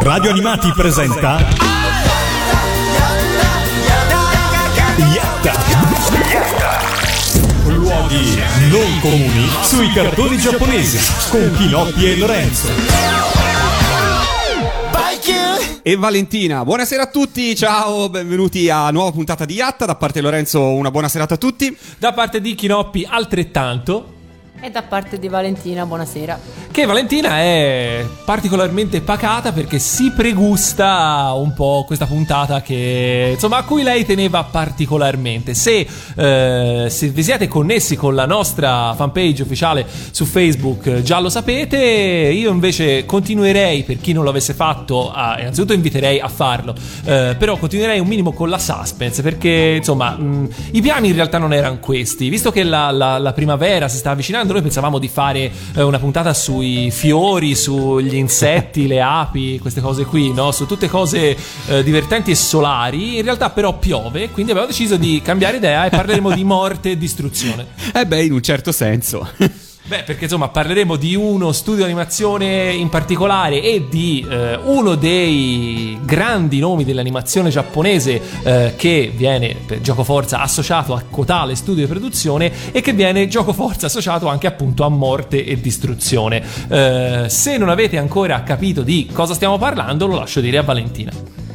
Radio Animati presenta Yatta. Luoghi non comuni sui cartoni giapponesi con Kinoppi e Lorenzo. E Valentina, buonasera a tutti, ciao, benvenuti a nuova puntata di Yatta. Da parte di Lorenzo una buona serata a tutti. Da parte di Kinoppi altrettanto. E da parte di Valentina, buonasera. Che Valentina è particolarmente pacata perché si pregusta un po' questa puntata che, insomma, a cui lei teneva particolarmente. Se vi siete connessi con la nostra fanpage ufficiale su Facebook già lo sapete. Io invece continuerei, per chi non l'avesse fatto, innanzitutto inviterei a farlo, però continuerei un minimo con la suspense perché, insomma, i piani in realtà non erano questi. Visto che la primavera si sta avvicinando, noi pensavamo di fare una puntata sui fiori, sugli insetti, le api, queste cose qui, no? Su tutte cose divertenti e solari. In realtà però piove, quindi abbiamo deciso di cambiare idea e parleremo di morte e distruzione. In un certo senso. Beh, perché insomma parleremo di uno studio di animazione in particolare e di uno dei grandi nomi dell'animazione giapponese che viene per giocoforza associato a Kotale Studio di Produzione e che viene giocoforza associato anche appunto a morte e distruzione. Se non avete ancora capito di cosa stiamo parlando, lo lascio dire a Valentina.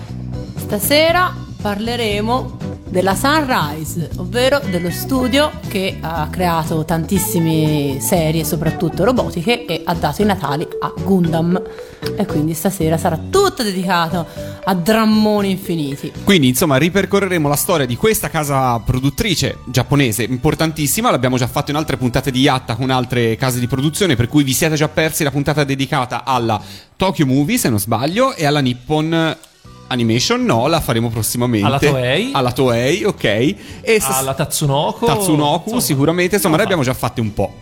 Stasera parleremo della Sunrise, ovvero dello studio che ha creato tantissime serie, soprattutto robotiche, e ha dato i natali a Gundam. E quindi stasera sarà tutto dedicato a drammoni infiniti. Quindi insomma ripercorreremo la storia di questa casa produttrice giapponese importantissima. L'abbiamo già fatto in altre puntate di Yatta con altre case di produzione, per cui vi siete già persi la puntata dedicata alla Tokyo Movie, se non sbaglio, e alla Nippon Animation, no, la faremo prossimamente. Alla Toei, ok. E alla Tatsunoko, sicuramente. Insomma, ne abbiamo già fatte un po'.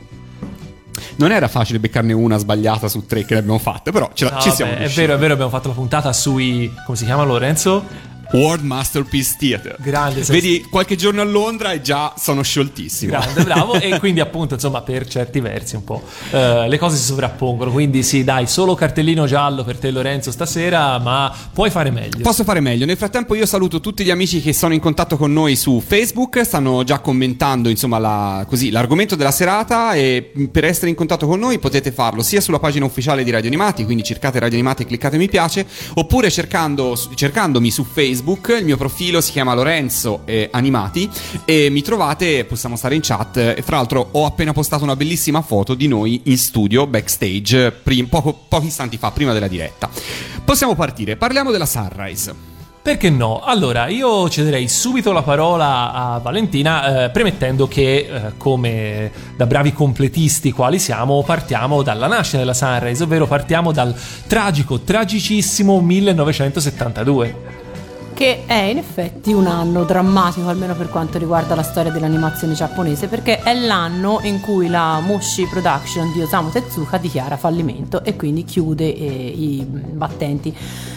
Non era facile beccarne una sbagliata su 3 che le abbiamo fatte, però ci siamo riusciti. È vero, abbiamo fatto la puntata sui, come si chiama, Lorenzo? World Masterpiece Theater. Grande. Vedi, qualche giorno a Londra e già sono scioltissimo. Grande, bravo. E quindi appunto, insomma, per certi versi un po' le cose si sovrappongono. Quindi sì, dai, solo cartellino giallo per te, Lorenzo, stasera, ma puoi fare meglio. Posso fare meglio. Nel frattempo io saluto tutti gli amici che sono in contatto con noi su Facebook. Stanno già commentando, insomma, l'argomento della serata. E per essere in contatto con noi potete farlo sia sulla pagina ufficiale di Radio Animati, quindi cercate Radio Animati e cliccate mi piace, oppure cercandomi su Facebook. Il mio profilo si chiama Lorenzo Animati e mi trovate, possiamo stare in chat. E fra l'altro ho appena postato una bellissima foto di noi in studio backstage pochi istanti fa, prima della diretta. Possiamo partire, parliamo della Sunrise. Perché no? Allora, io cederei subito la parola a Valentina, premettendo che, come da bravi completisti quali siamo, partiamo dalla nascita della Sunrise, ovvero partiamo dal tragicissimo 1972. Che è in effetti un anno drammatico, almeno per quanto riguarda la storia dell'animazione giapponese, perché è l'anno in cui la Mushi Production di Osamu Tezuka dichiara fallimento e quindi chiude i battenti.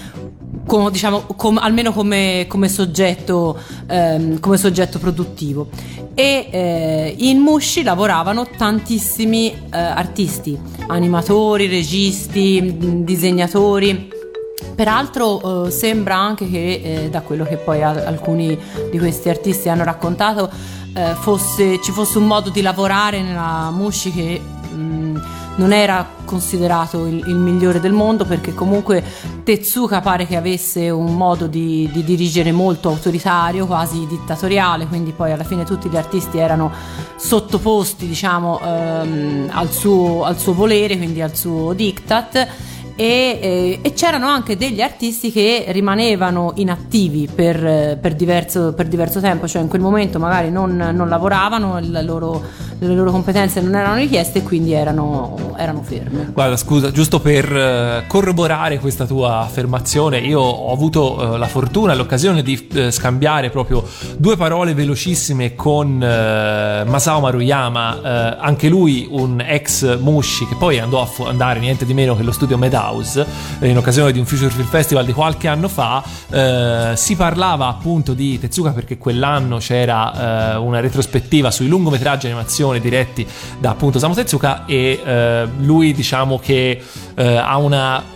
Almeno come soggetto produttivo. E in Mushi lavoravano tantissimi artisti, animatori, registi, disegnatori. Peraltro sembra anche che da quello che poi alcuni di questi artisti hanno raccontato ci fosse un modo di lavorare nella Mushi che non era considerato il migliore del mondo, perché comunque Tezuka pare che avesse un modo di dirigere molto autoritario, quasi dittatoriale, quindi poi alla fine tutti gli artisti erano sottoposti, diciamo, al suo volere, quindi al suo diktat. E c'erano anche degli artisti che rimanevano inattivi per diverso tempo, cioè in quel momento magari non lavoravano, le loro competenze non erano richieste e quindi erano fermi. Guarda, scusa, giusto per corroborare questa tua affermazione, io ho avuto la fortuna e l'occasione di scambiare proprio 2 parole velocissime con Masao Maruyama, anche lui un ex Mushi che poi andò a andare niente di meno che lo studio Madhouse, in occasione di un Future Film Festival di qualche anno fa. Si parlava appunto di Tezuka perché quell'anno c'era una retrospettiva sui lungometraggi animazione diretti da appunto Osamu Tezuka, e lui, diciamo che ha una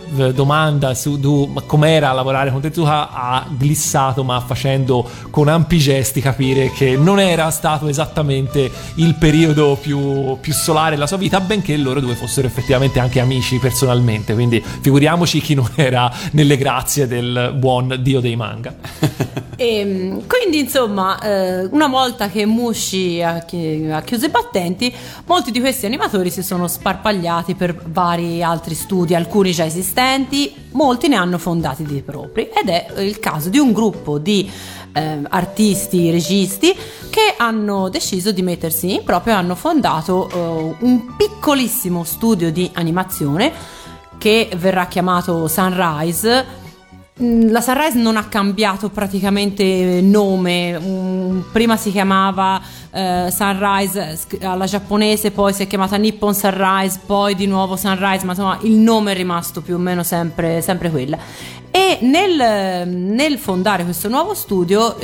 domanda su com'era lavorare con Tezuka, ha glissato, ma facendo con ampi gesti capire che non era stato esattamente il periodo più solare della sua vita, benché loro due fossero effettivamente anche amici personalmente, quindi figuriamoci chi non era nelle grazie del buon dio dei manga. E quindi insomma, una volta che Mushi ha chiuso i battenti, molti di questi animatori si sono sparpagliati per vari altri studi, alcuni già esistenti, molti ne hanno fondati dei propri, ed è il caso di un gruppo di artisti, registi che hanno deciso di mettersi in proprio e hanno fondato un piccolissimo studio di animazione che verrà chiamato Sunrise. La Sunrise non ha cambiato praticamente nome, prima si chiamava Sunrise alla giapponese, poi si è chiamata Nippon Sunrise, poi di nuovo Sunrise, ma insomma il nome è rimasto più o meno sempre quella. E nel fondare questo nuovo studio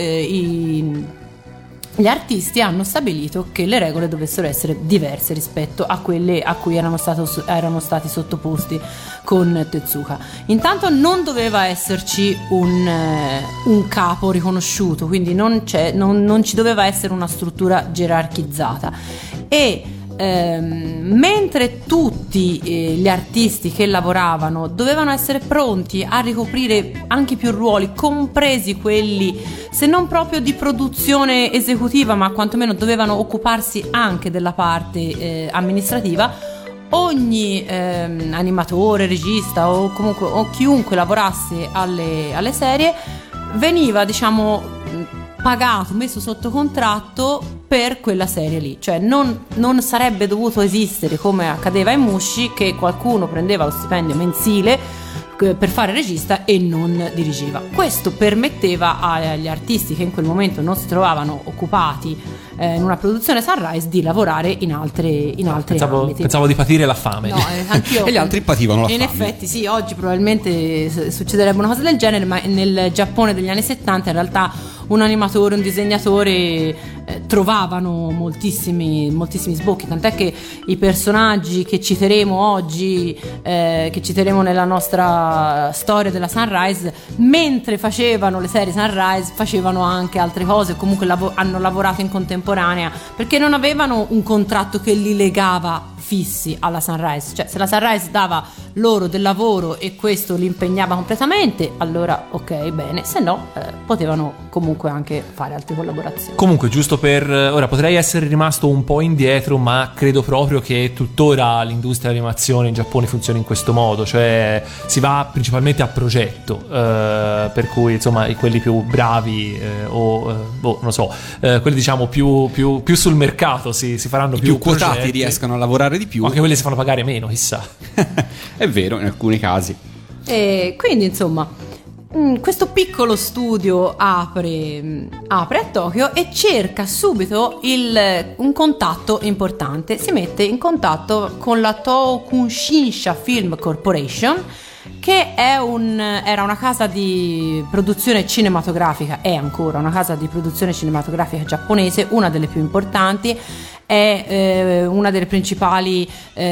gli artisti hanno stabilito che le regole dovessero essere diverse rispetto a quelle a cui erano stati sottoposti con Tezuka. Intanto non doveva esserci un capo riconosciuto, quindi non ci doveva essere una struttura gerarchizzata, e mentre tutti gli artisti che lavoravano dovevano essere pronti a ricoprire anche più ruoli, compresi quelli se non proprio di produzione esecutiva, ma quantomeno dovevano occuparsi anche della parte amministrativa, ogni animatore, regista o comunque chiunque lavorasse alle serie veniva, diciamo, pagato, messo sotto contratto per quella serie lì, cioè non sarebbe dovuto esistere, come accadeva in Mushi, che qualcuno prendeva lo stipendio mensile per fare regista e non dirigeva. Questo permetteva agli artisti che in quel momento non si trovavano occupati in una produzione Sunrise di lavorare in altri ambiti. Pensavo di patire la fame. No, anch'io. E gli altri pativano la fame. In effetti sì, oggi probabilmente succederebbe una cosa del genere, ma nel Giappone degli anni 70 in realtà un animatore, un disegnatore trovavano moltissimi sbocchi, tant'è che i personaggi che citeremo oggi, che citeremo nella nostra storia della Sunrise, mentre facevano le serie Sunrise facevano anche altre cose, comunque hanno lavorato in contemporanea, perché non avevano un contratto che li legava fissi alla Sunrise, cioè se la Sunrise dava loro del lavoro e questo li impegnava completamente, allora ok, bene, se no potevano comunque anche fare altre collaborazioni. Comunque, giusto ora potrei essere rimasto un po' indietro, ma credo proprio che tuttora l'industria dell'animazione in Giappone funzioni in questo modo, cioè si va principalmente a progetto, per cui insomma quelli più bravi non so, quelli diciamo più sul mercato si faranno più quotati, progetti, riescano a lavorare di più, anche quelli si fanno pagare meno, chissà. È vero, in alcuni casi. E quindi insomma questo piccolo studio apre a Tokyo e cerca subito un contatto importante. Si mette in contatto con la Tokunshinsha Film Corporation, che era una casa di produzione cinematografica, è ancora una casa di produzione cinematografica giapponese, una delle più importanti, è una delle principali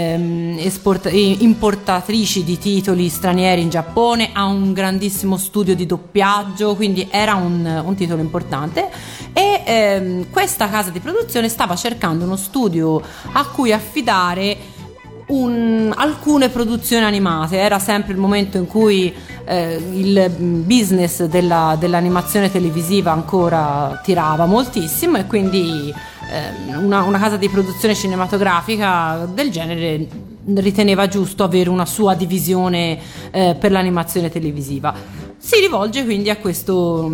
importatrici di titoli stranieri in Giappone, ha un grandissimo studio di doppiaggio, quindi era un titolo importante, e questa casa di produzione stava cercando uno studio a cui affidare alcune produzioni animate. Era sempre il momento in cui il business dell'animazione televisiva ancora tirava moltissimo, e quindi una casa di produzione cinematografica del genere riteneva giusto avere una sua divisione per l'animazione televisiva. Si rivolge quindi a questo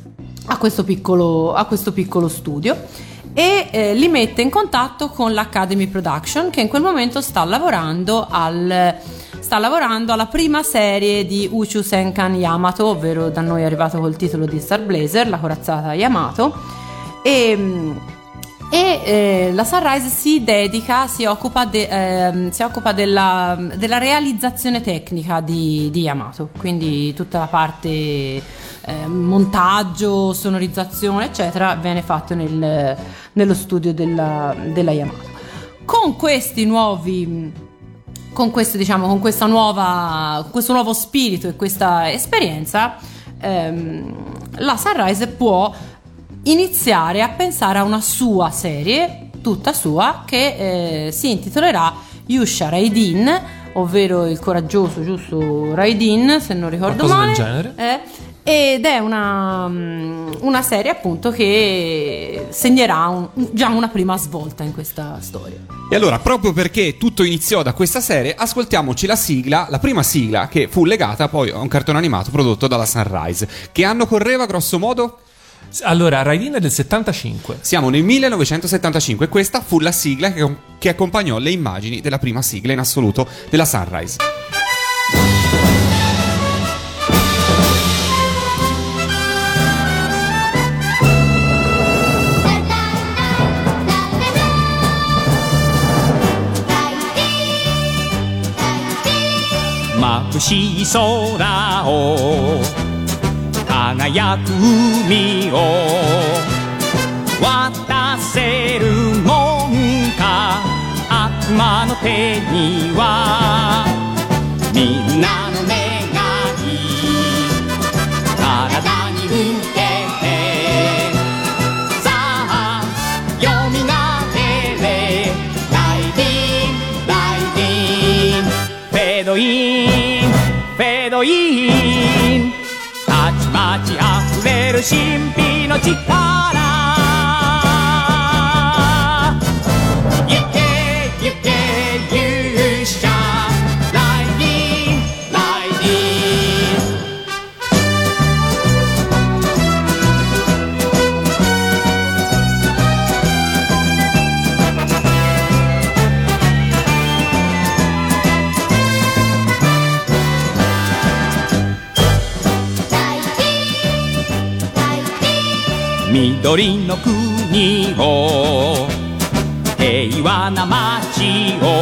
piccolo studio e li mette in contatto con l'Academy Production, che in quel momento sta lavorando alla prima serie di Uchu Senkan Yamato, ovvero da noi è arrivato col titolo di Star Blazer, la corazzata Yamato, e la Sunrise si occupa della realizzazione tecnica di Yamato, quindi tutta la parte montaggio, sonorizzazione eccetera viene fatto nello studio della Yamato. Con questi nuovi con questo, diciamo, con questo nuovo spirito e questa esperienza, la Sunrise può iniziare a pensare a una sua serie tutta sua che si intitolerà Yusha Raidin, ovvero il coraggioso, giusto, Raidin, se non ricordo qualcosa male, del genere. ed è una serie appunto che segnerà già una prima svolta in questa storia. E allora, proprio perché tutto iniziò da questa serie, ascoltiamoci la prima sigla che fu legata poi a un cartone animato prodotto dalla Sunrise. Che anno correva grosso modo? Allora, Raidin è del 75. Siamo nel 1975 e questa fu la sigla che accompagnò le immagini della prima sigla in assoluto della Sunrise. Mabushii sora o kagayaku umi o wataseru mon ka akuma no te ni wa minna no negai karada ni mukete sa yominagere Raidin Raidin Fade in Fade in たちまちあふれる神秘の力行け行け勇者ライディンライディン緑の国を平和な街を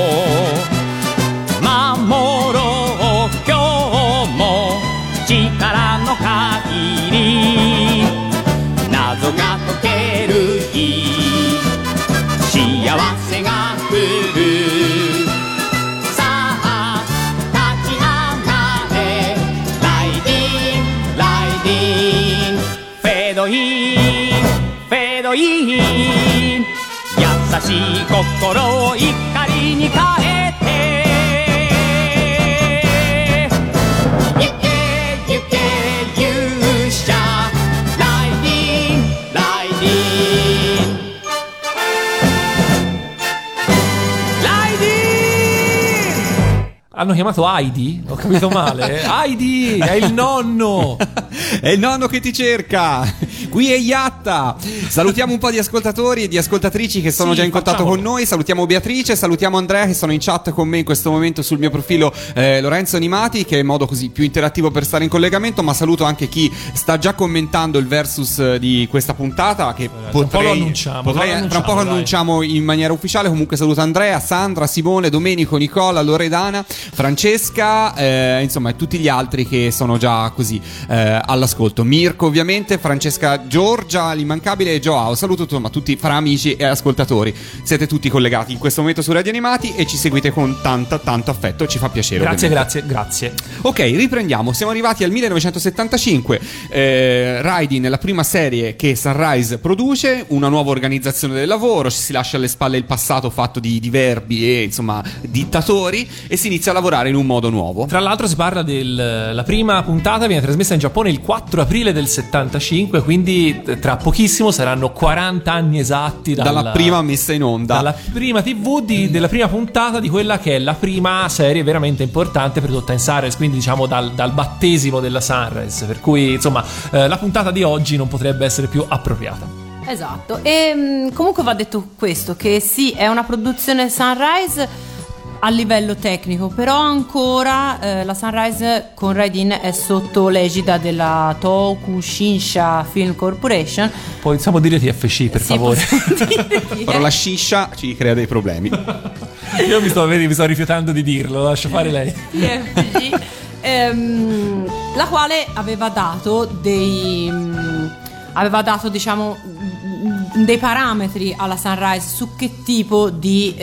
守ろう今日も力の限り謎が解ける日幸せが来るさあ立ち上がれライディンライディンフェードインフェードイン優しい心を光に変えて行け行け勇者ライディンライディンライディン Hanno chiamato Heidi? Ho capito male? Heidi, è il nonno! È il nonno che ti cerca! Qui è Yatta! Salutiamo un po' di ascoltatori e di ascoltatrici che sono già in contatto con noi. Salutiamo Beatrice, salutiamo Andrea che sono in chat con me in questo momento sul mio profilo Lorenzo Animati, che è il modo così più interattivo per stare in collegamento. Ma saluto anche chi sta già commentando il versus di questa puntata, che Tra un po' lo annunciamo, tra un po' lo annunciamo in maniera ufficiale. Comunque saluto Andrea, Sandra, Simone, Domenico, Nicola, Loredana, Francesca, insomma, e tutti gli altri che sono già così all'ascolto. Mirko ovviamente, Francesca, Giorgia, l'immancabile e Joao. Saluto insomma tutti fra amici e ascoltatori. Siete tutti collegati in questo momento su Radio Animati e ci seguite con tanto affetto. Ci fa piacere. Grazie. Ok, riprendiamo. Siamo arrivati al 1975. Raidin è la prima serie che Sunrise produce, una nuova organizzazione del lavoro, ci si lascia alle spalle il passato fatto di verbi e insomma dittatori e si inizia a lavorare in un modo nuovo. Tra l'altro si parla la prima puntata viene trasmessa in Giappone il 4 aprile del 75, quindi tra pochissimo saranno 40 anni esatti dalla prima messa in onda, dalla prima TV della prima puntata di quella che è la prima serie veramente importante prodotta in Sunrise, quindi diciamo dal battesimo della Sunrise, per cui insomma la puntata di oggi non potrebbe essere più appropriata. Esatto, e comunque va detto questo, che sì, è una produzione Sunrise a livello tecnico, però ancora la Sunrise con Raidin è sotto l'egida della Tokushinsha Film Corporation. Possiamo dire TFC per favore? Però la shisha ci crea dei problemi. Io mi sto rifiutando di dirlo, lascio fare lei. TFC, la quale aveva dato diciamo dei parametri alla Sunrise su che tipo di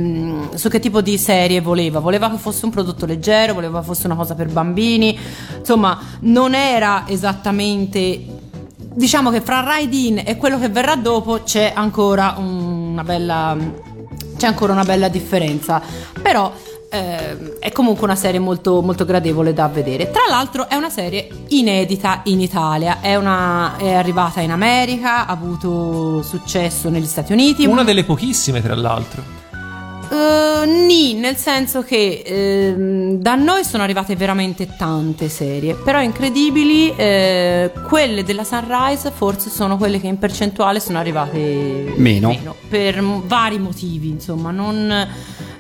serie voleva che fosse un prodotto leggero, voleva che fosse una cosa per bambini, insomma non era esattamente, diciamo che fra Ride-In e quello che verrà dopo c'è ancora una bella differenza, però è comunque una serie molto, molto gradevole da vedere. Tra l'altro è una serie inedita in Italia, è arrivata in America, ha avuto successo negli Stati Uniti, una delle pochissime tra l'altro. Nel senso che da noi sono arrivate veramente tante serie, però incredibili, quelle della Sunrise forse sono quelle che in percentuale sono arrivate meno per vari motivi, insomma non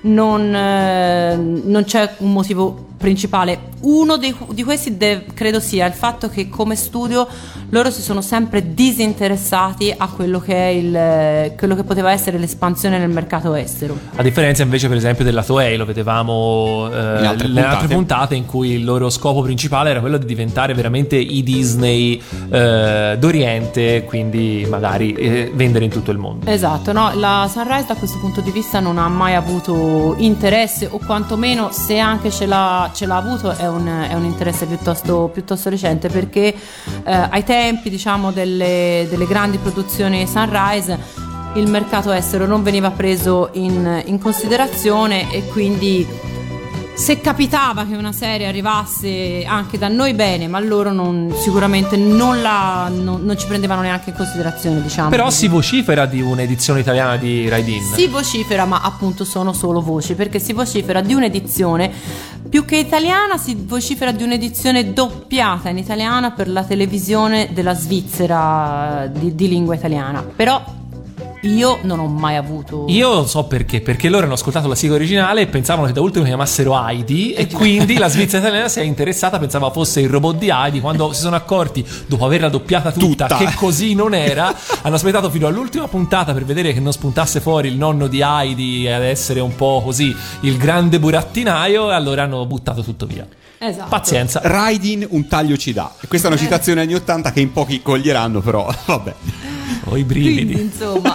c'è un motivo principale. Uno di questi credo sia il fatto che come studio loro si sono sempre disinteressati a quello che poteva essere l'espansione nel mercato estero, a differenza invece per esempio della Toei. Lo vedevamo nelle altre puntate in cui il loro scopo principale era quello di diventare veramente i Disney d'Oriente, quindi magari vendere in tutto il mondo. Esatto, no? La Sunrise da questo punto di vista non ha mai avuto interesse, o quantomeno se anche ce l'ha avuto è un interesse piuttosto recente, perché ai tempi, diciamo, delle grandi produzioni Sunrise il mercato estero non veniva preso in considerazione, e quindi se capitava che una serie arrivasse anche da noi, bene, ma loro sicuramente non ci prendevano neanche in considerazione, diciamo. Però si vocifera di un'edizione italiana di Ride-In. Si vocifera, ma appunto sono solo voci, perché si vocifera di un'edizione più che italiana, si vocifera di un'edizione doppiata in italiana per la televisione della Svizzera di lingua italiana. Però io non ho mai avuto. Io so perché loro hanno ascoltato la sigla originale e pensavano che da ultimo si chiamassero Heidi, e quindi la Svizzera italiana si è interessata, pensava fosse il robot di Heidi. Quando si sono accorti, dopo averla doppiata tutta, che così non era, hanno aspettato fino all'ultima puntata per vedere che non spuntasse fuori il nonno di Heidi ad essere un po' così il grande burattinaio, e allora hanno buttato tutto via. Esatto. Pazienza. Riding un taglio ci dà. Questa è una citazione anni 80 che in pochi coglieranno, però vabbè. Ho i brividi. Quindi, insomma,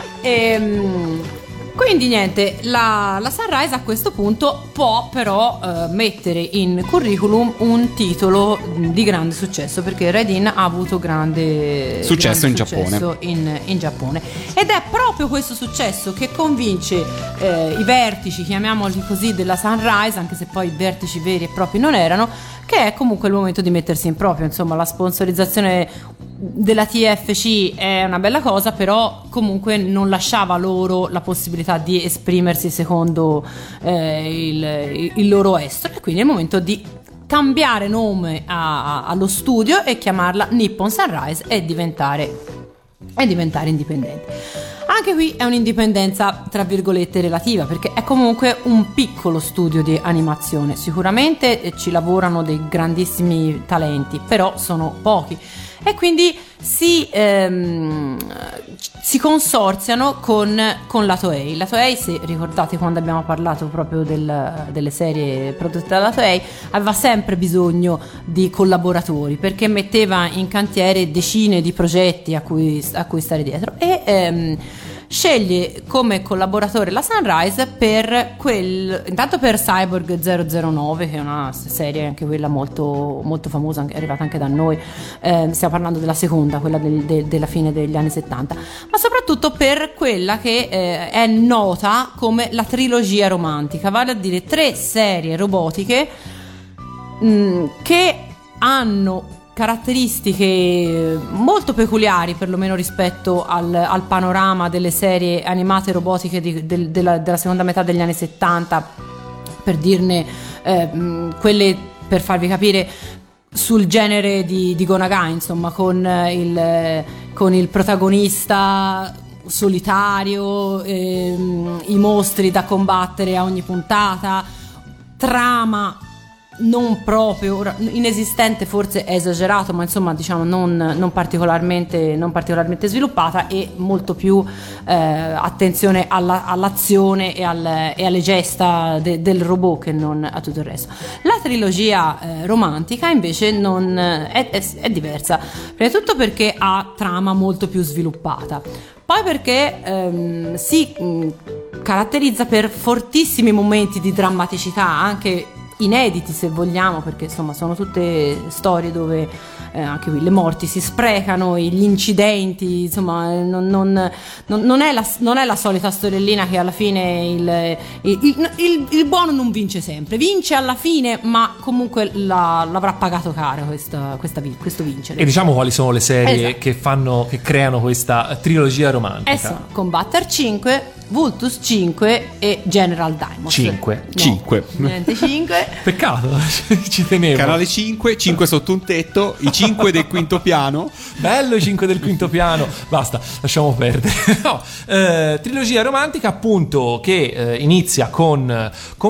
quindi niente, la Sunrise a questo punto può però mettere in curriculum un titolo di grande successo, perché Ride-In ha avuto grande successo in Giappone. In Giappone, ed è proprio questo successo che convince i vertici, chiamiamoli così, della Sunrise, anche se poi i vertici veri e propri non erano, che è comunque il momento di mettersi in proprio. Insomma, la sponsorizzazione della TFC è una bella cosa, però comunque non lasciava loro la possibilità di esprimersi secondo il loro estro, e quindi è il momento di cambiare nome allo studio e chiamarla Nippon Sunrise e diventare indipendente. Anche qui è un'indipendenza tra virgolette relativa, perché è comunque un piccolo studio di animazione. Sicuramente ci lavorano dei grandissimi talenti, però sono pochi, e quindi si consorziano con la Toei. La Toei, se ricordate quando abbiamo parlato proprio delle serie prodotte dalla Toei, aveva sempre bisogno di collaboratori, perché metteva in cantiere decine di progetti a cui stare dietro, e sceglie come collaboratore la Sunrise intanto per Cyborg 009, che è una serie anche quella molto, molto famosa, è arrivata anche da noi. Stiamo parlando della seconda, quella della fine degli anni 70, ma soprattutto per quella che è nota come la trilogia romantica, vale a dire 3 serie robotiche che hanno caratteristiche molto peculiari, perlomeno rispetto al panorama delle serie animate robotiche della seconda metà degli anni 70, per dirne quelle, per farvi capire, sul genere di Go Nagai, insomma, con il protagonista solitario, i mostri da combattere a ogni puntata, trama non proprio, inesistente forse è esagerato, ma insomma diciamo non particolarmente sviluppata, e molto più attenzione all'azione e alle gesta del robot che non a tutto il resto. La trilogia romantica invece è diversa, prima di tutto perché ha trama molto più sviluppata, poi perché si caratterizza per fortissimi momenti di drammaticità, anche inediti se vogliamo, perché insomma sono tutte storie dove anche qui le morti si sprecano, gli incidenti, insomma non è la solita storiellina che alla fine il buono non vince sempre, vince alla fine, ma comunque l'avrà pagato caro questo vincere. E diciamo quali sono le serie esatto. che creano questa trilogia romantica? Sono Combatter 5, Vultus 5 e General Dymos. 5. Niente 5. Peccato, ci tenevo. Canale 5 sotto un tetto, i 5 del quinto piano. Bello, i 5 del quinto piano. Basta, lasciamo perdere. No, trilogia romantica appunto che inizia con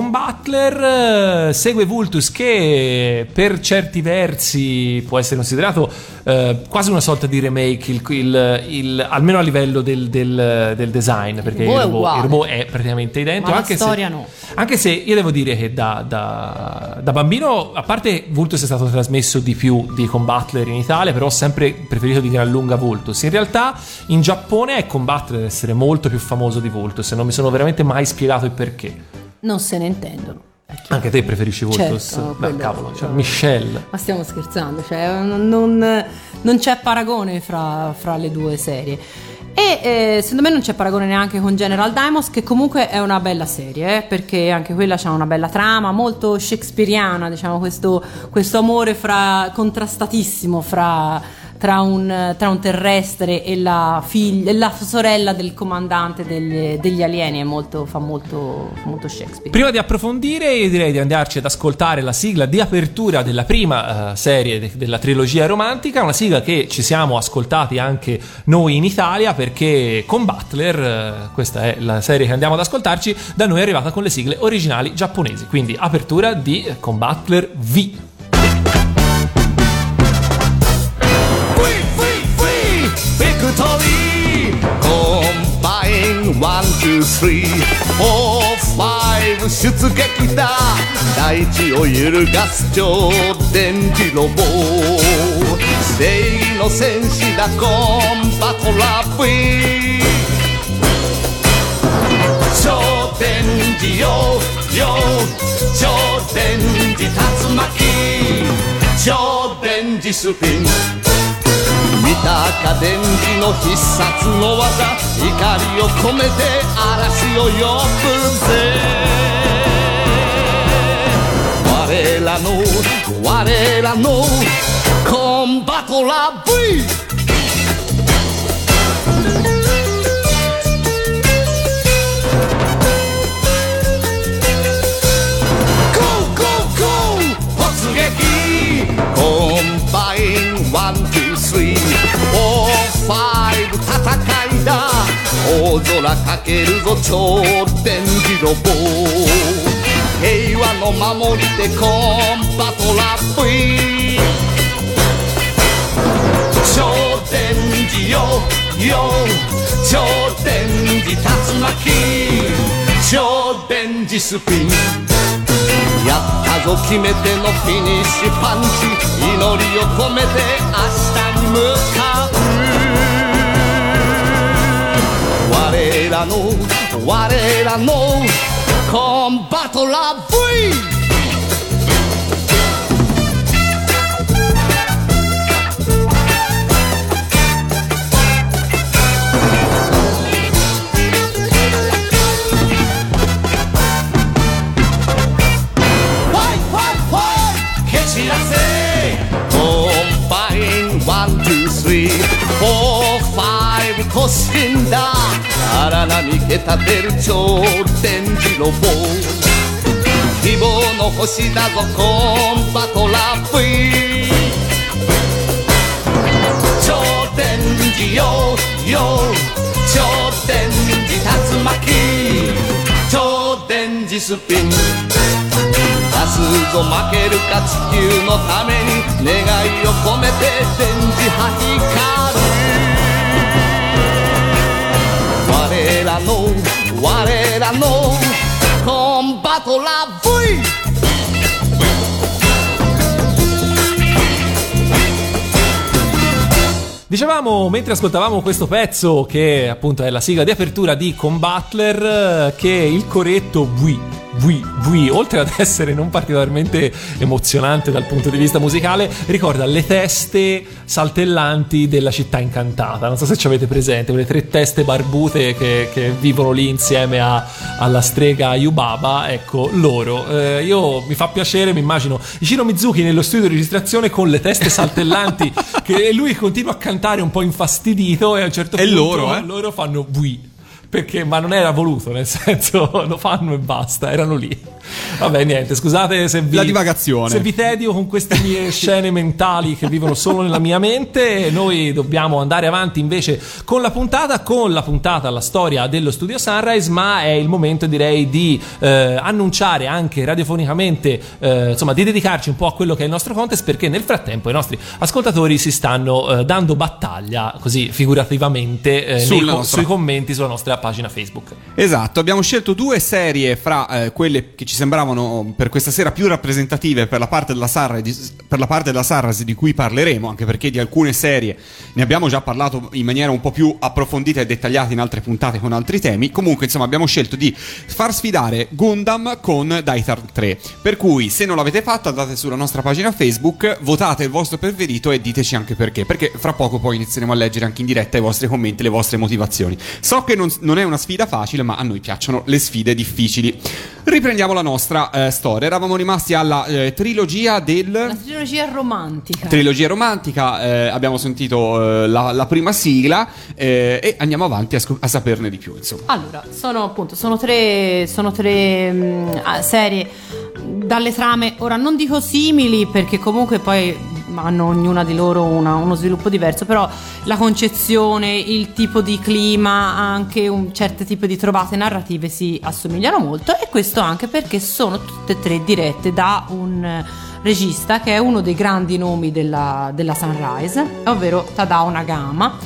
Butler, segue Vultus che per certi versi può essere considerato quasi una sorta di remake, almeno a livello del design, perché il robot è praticamente identico, ma anche la storia se, no. Anche se io devo dire che da bambino, a parte Vultus è stato trasmesso di più di Butler in Italia, però ho sempre preferito di gran lunga Vultus. In realtà in Giappone è Butler ad essere molto più famoso di Vultus e non mi sono veramente mai non il perché. Non se ne intendono. Anche te preferisci Vultus? Certo, beh, cavolo, cioè Michelle. Ma stiamo scherzando, cioè non c'è paragone fra le due serie. E secondo me non c'è paragone neanche con General Dymos, che comunque è una bella serie, perché anche quella c'ha una bella trama, molto shakespeariana, diciamo, questo amore contrastatissimo tra un terrestre e la sorella del comandante degli alieni. Fa molto Shakespeare. Prima di approfondire, io direi di andarci ad ascoltare la sigla di apertura della prima serie della trilogia romantica, una sigla che ci siamo ascoltati anche noi in Italia, perché con Butler, questa è la serie che andiamo ad ascoltarci, da noi è arrivata con le sigle originali giapponesi, quindi apertura di Con Butler V. Victory! Combine 1, 2, 3 4, 5出撃だ大地を揺るがす超電磁ロボ正義の戦士だコンバトラー V 超電磁よ超電磁竜巻超電磁スピン見たか電磁の必殺の技怒りを込めて嵐を呼ぶぜ我らのコンバトラー Vコンバイン1、2、3、4、5戦いだ大空かけるぞ超電磁ロボ平和の守り手コンバトラー V 超電磁よ超電磁竜巻超電磁スピンやったぞ決めてのフィニッシュパンチ祈りを込めて明日に向かう我らのコンバトラー V4、5突進だ荒波け立てる超電磁ロボ希望の星だぞコンバトラー V 超電磁よ超電磁竜巻超電磁スピン出すぞ度負けるか地球のために願いを込めて電磁波光る我らのコンバトラー V Dicevamo mentre ascoltavamo questo pezzo, che appunto è la sigla di apertura di Combattler, che il corretto oltre ad essere non particolarmente emozionante dal punto di vista musicale, ricorda le teste saltellanti della città incantata. Non so se ci avete presente quelle 3 teste barbute che vivono lì insieme alla strega Yubaba. Ecco loro. Io mi fa piacere, mi immagino Ichiro Mizuki nello studio di registrazione con le teste saltellanti che lui continua a cantare un po' infastidito, e a un certo punto loro fanno perché, ma non era voluto, nel senso lo fanno e basta, erano lì. Vabbè, niente, scusate se vi, la divagazione, se vi tedio con queste mie scene mentali che vivono solo nella mia mente. Noi dobbiamo andare avanti invece con la puntata alla storia dello studio Sunrise, ma è il momento, direi, di annunciare anche radiofonicamente, insomma, di dedicarci un po' a quello che è il nostro contest, perché nel frattempo i nostri ascoltatori si stanno dando battaglia, così figurativamente, sui commenti sulla nostra pagina Facebook. Esatto, abbiamo scelto 2 serie fra quelle che ci sembravano per questa sera più rappresentative per la parte della Sunrise di cui parleremo, anche perché di alcune serie ne abbiamo già parlato in maniera un po' più approfondita e dettagliata in altre puntate con altri temi. Comunque, insomma, abbiamo scelto di far sfidare Gundam con Daitard 3, per cui se non l'avete fatto andate sulla nostra pagina Facebook, votate il vostro preferito e diteci anche perché fra poco poi inizieremo a leggere anche in diretta i vostri commenti, le vostre motivazioni. So che non è una sfida facile, ma a noi piacciono le sfide difficili. Riprendiamo la nostra storia. Eravamo rimasti alla trilogia la trilogia romantica. Abbiamo sentito la prima sigla e andiamo avanti a saperne di più, insomma. Allora, sono tre serie dalle trame, ora non dico simili perché comunque poi hanno ognuna di loro uno sviluppo diverso, però la concezione, il tipo di clima, anche un certo tipo di trovate narrative si assomigliano molto, e questo anche perché sono tutte e 3 dirette da un regista che è uno dei grandi nomi della Sunrise, ovvero Tadao Nagama,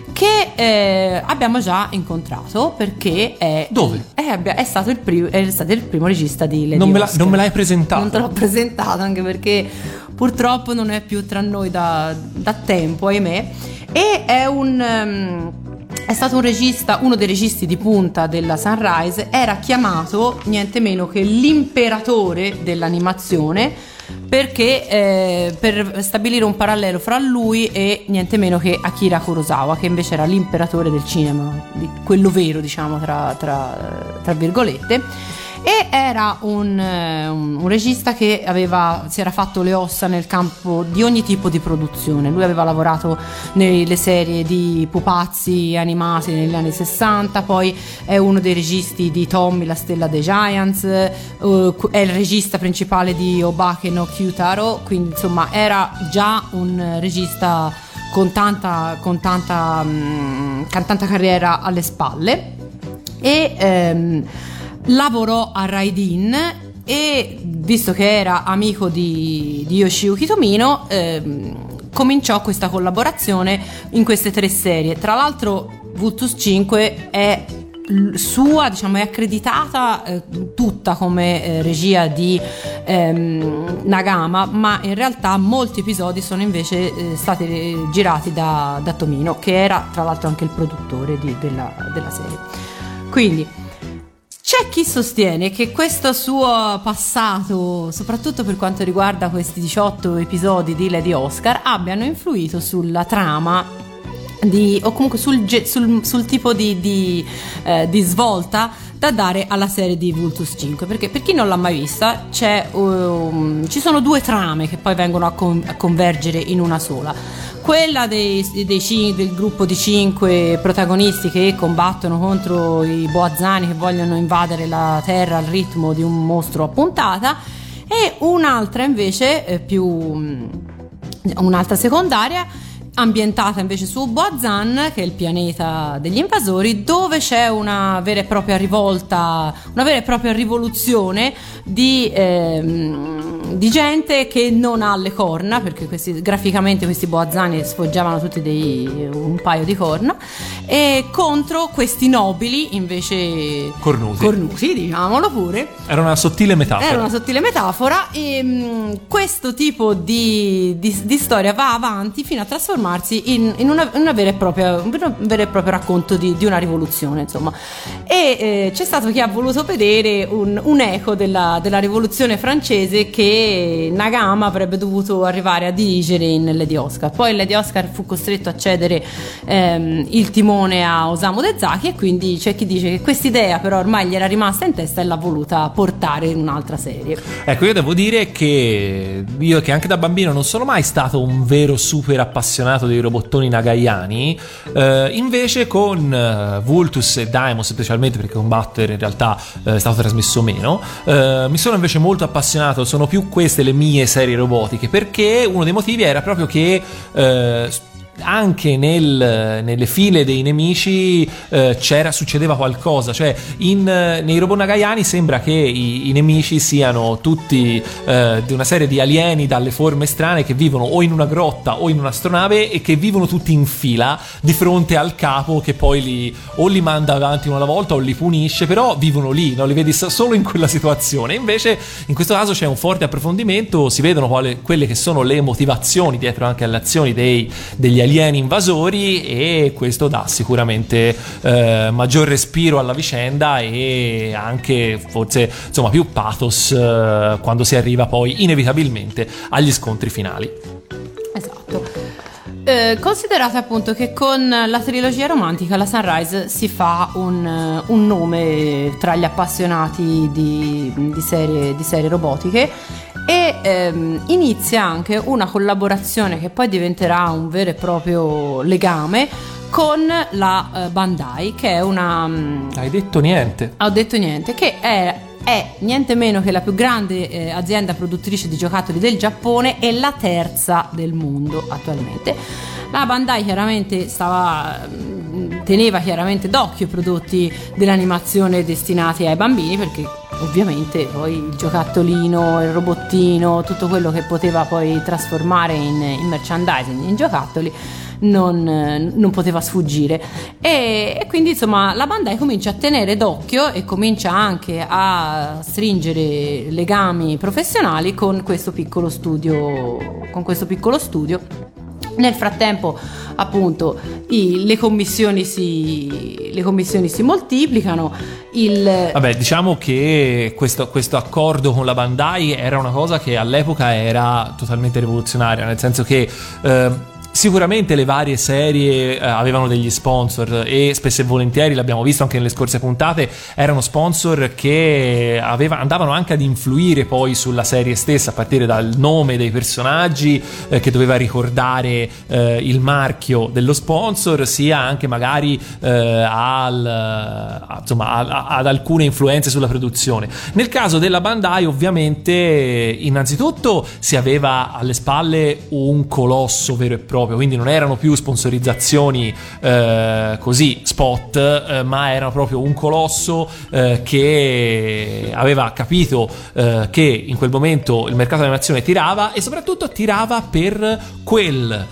che abbiamo già incontrato perché è stato il primo regista di Lady Oscar. Non me l'hai presentato? Non te l'ho presentato, anche perché purtroppo non è più tra noi da tempo, ahimè. E è stato un regista, uno dei registi di punta della Sunrise. Era chiamato niente meno che l'imperatore dell'animazione, perché per stabilire un parallelo fra lui e niente meno che Akira Kurosawa, che invece era l'imperatore del cinema, quello vero, diciamo, tra virgolette. E era un regista che si era fatto le ossa nel campo di ogni tipo di produzione. Lui aveva lavorato nelle serie di pupazzi animati negli anni 60, poi è uno dei registi di Tommy, la stella dei Giants, è il regista principale di Obake no Kyutaro, quindi insomma era già un regista con tanta carriera alle spalle. E lavorò a Raidin, e visto che era amico di Yoshiyuki Tomino, cominciò questa collaborazione in queste 3 serie. Tra l'altro Vultus 5 è sua, diciamo, è accreditata tutta come regia di Nagama, ma in realtà molti episodi sono invece stati girati da Tomino, che era tra l'altro anche il produttore della serie. Quindi c'è chi sostiene che questo suo passato, soprattutto per quanto riguarda questi 18 episodi di Lady Oscar, abbiano influito sulla trama o comunque sul tipo di svolta da dare alla serie di Vultus 5, perché per chi non l'ha mai vista ci sono 2 trame che poi vengono a convergere in una sola. Quella del gruppo di 5 protagonisti che combattono contro i Boazani che vogliono invadere la Terra al ritmo di un mostro a puntata, e un'altra invece un'altra secondaria ambientata invece su Boazan, che è il pianeta degli invasori, dove c'è una vera e propria rivolta, una vera e propria rivoluzione di di gente che non ha le corna, perché graficamente questi boazzani sfoggiavano tutti un paio di corna, e contro questi nobili invece cornuti, diciamolo pure. Era una sottile metafora. E questo tipo di storia va avanti fino a trasformarsi in una vera e propria, un vero e proprio racconto di una rivoluzione, insomma. E c'è stato chi ha voluto vedere un eco della rivoluzione francese che Nagama avrebbe dovuto arrivare a dirigere in Lady Oscar. Poi Lady Oscar fu costretto a cedere il timone a Osamu Dezaki, e quindi c'è chi dice che quest'idea però ormai gli era rimasta in testa e l'ha voluta portare in un'altra serie. Ecco, io devo dire che io, che anche da bambino non sono mai stato un vero super appassionato dei robottoni nagaiani, invece con Vultus e Daimon, specialmente perché Combattere in realtà è stato trasmesso meno, mi sono invece molto appassionato. Sono più queste le mie serie robotiche, perché uno dei motivi era proprio che anche nelle file dei nemici succedeva qualcosa, cioè nei robot nagaiani sembra che i nemici siano tutti di una serie di alieni dalle forme strane che vivono o in una grotta o in un'astronave e che vivono tutti in fila di fronte al capo, che poi li manda avanti una alla volta o li punisce, però vivono lì, no? Li vedi solo in quella situazione. Invece in questo caso c'è un forte approfondimento, si vedono quelle che sono le motivazioni dietro anche alle azioni degli alieni invasori, e questo dà sicuramente maggior respiro alla vicenda e anche forse insomma più pathos quando si arriva poi inevitabilmente agli scontri finali. Esatto. Considerate appunto che con la trilogia romantica la Sunrise si fa un nome tra gli appassionati di serie robotiche, e inizia anche una collaborazione che poi diventerà un vero e proprio legame con la Bandai, che è una... Hai detto niente. Ho detto niente, che è niente meno che la più grande azienda produttrice di giocattoli del Giappone e la terza del mondo attualmente. La Bandai chiaramente teneva chiaramente d'occhio i prodotti dell'animazione destinati ai bambini, perché ovviamente poi il giocattolino, il robottino, tutto quello che poteva poi trasformare in merchandising, in giocattoli, non poteva sfuggire, e quindi insomma la Bandai comincia a tenere d'occhio e comincia anche a stringere legami professionali con questo piccolo studio. Nel frattempo appunto le commissioni si moltiplicano. Vabbè, diciamo che questo accordo con la Bandai era una cosa che all'epoca era totalmente rivoluzionaria, nel senso che sicuramente le varie serie avevano degli sponsor, e spesso e volentieri, l'abbiamo visto anche nelle scorse puntate, erano sponsor che andavano anche ad influire poi sulla serie stessa, a partire dal nome dei personaggi che doveva ricordare il marchio dello sponsor, sia anche magari ad alcune influenze sulla produzione. Nel caso della Bandai ovviamente innanzitutto si aveva alle spalle un colosso vero e proprio, quindi non erano più sponsorizzazioni così spot, ma era proprio un colosso che aveva capito che in quel momento il mercato dell'animazione tirava, e soprattutto tirava per quel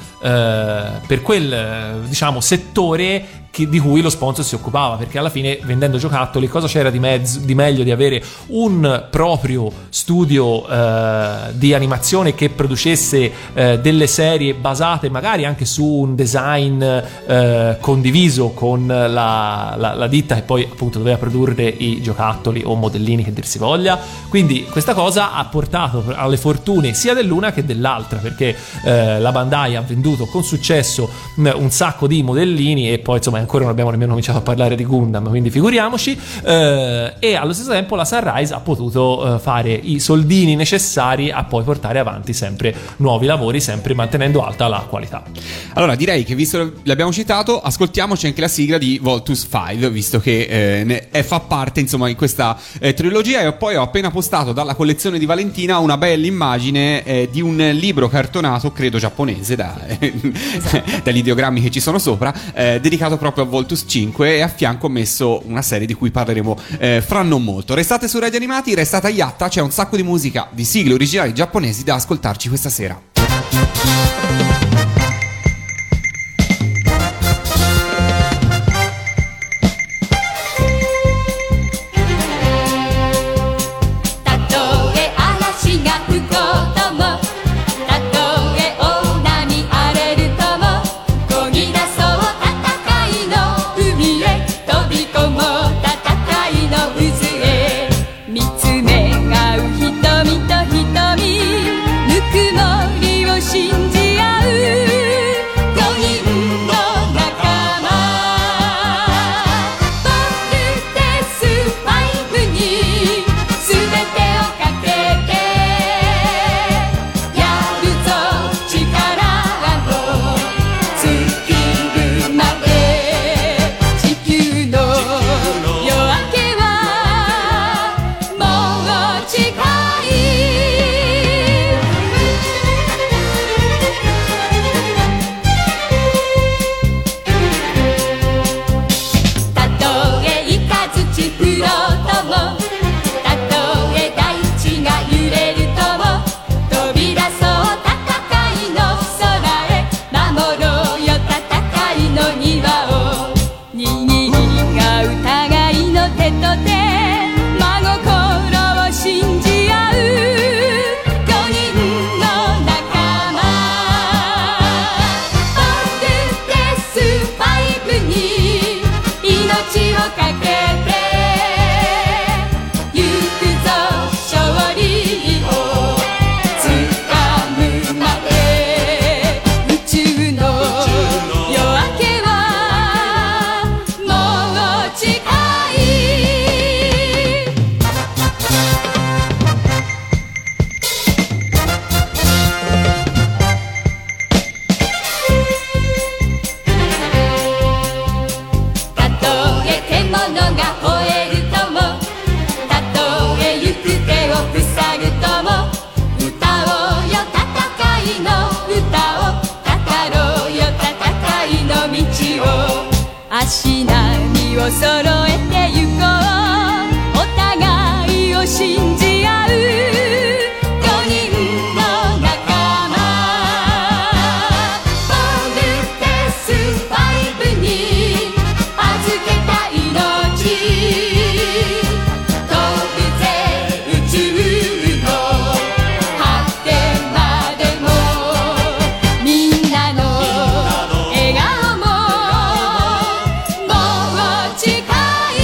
diciamo settore di cui lo sponsor si occupava, perché alla fine, vendendo giocattoli, cosa c'era di meglio di avere un proprio studio di animazione che producesse delle serie basate magari anche su un design condiviso con la ditta che poi appunto doveva produrre i giocattoli o modellini, che dir si voglia. Quindi questa cosa ha portato alle fortune sia dell'una che dell'altra, perché la Bandai ha venduto con successo un sacco di modellini, e poi insomma ancora non abbiamo nemmeno cominciato a parlare di Gundam, quindi figuriamoci, e allo stesso tempo la Sunrise ha potuto fare i soldini necessari a poi portare avanti sempre nuovi lavori, sempre mantenendo alta la qualità. Allora direi che, visto che l'abbiamo citato, ascoltiamoci anche la sigla di Voltus 5, visto che fa parte insomma in questa trilogia. E poi ho appena postato dalla collezione di Valentina una bella immagine di un libro cartonato, credo giapponese, dagli ideogrammi che ci sono sopra, dedicato proprio proprio a Voltus 5 e a fianco ho messo una serie di cui parleremo fra non molto. Restate su Radio Animati, restate a Yatta, c'è un sacco di musica di sigle originali giapponesi da ascoltarci questa sera. 足並みを揃えてゆこうお互いを信じ合う5人の仲間ボルテス5に預けた命飛ぶぜ宇宙の果てまでもみんなの笑顔ももう近い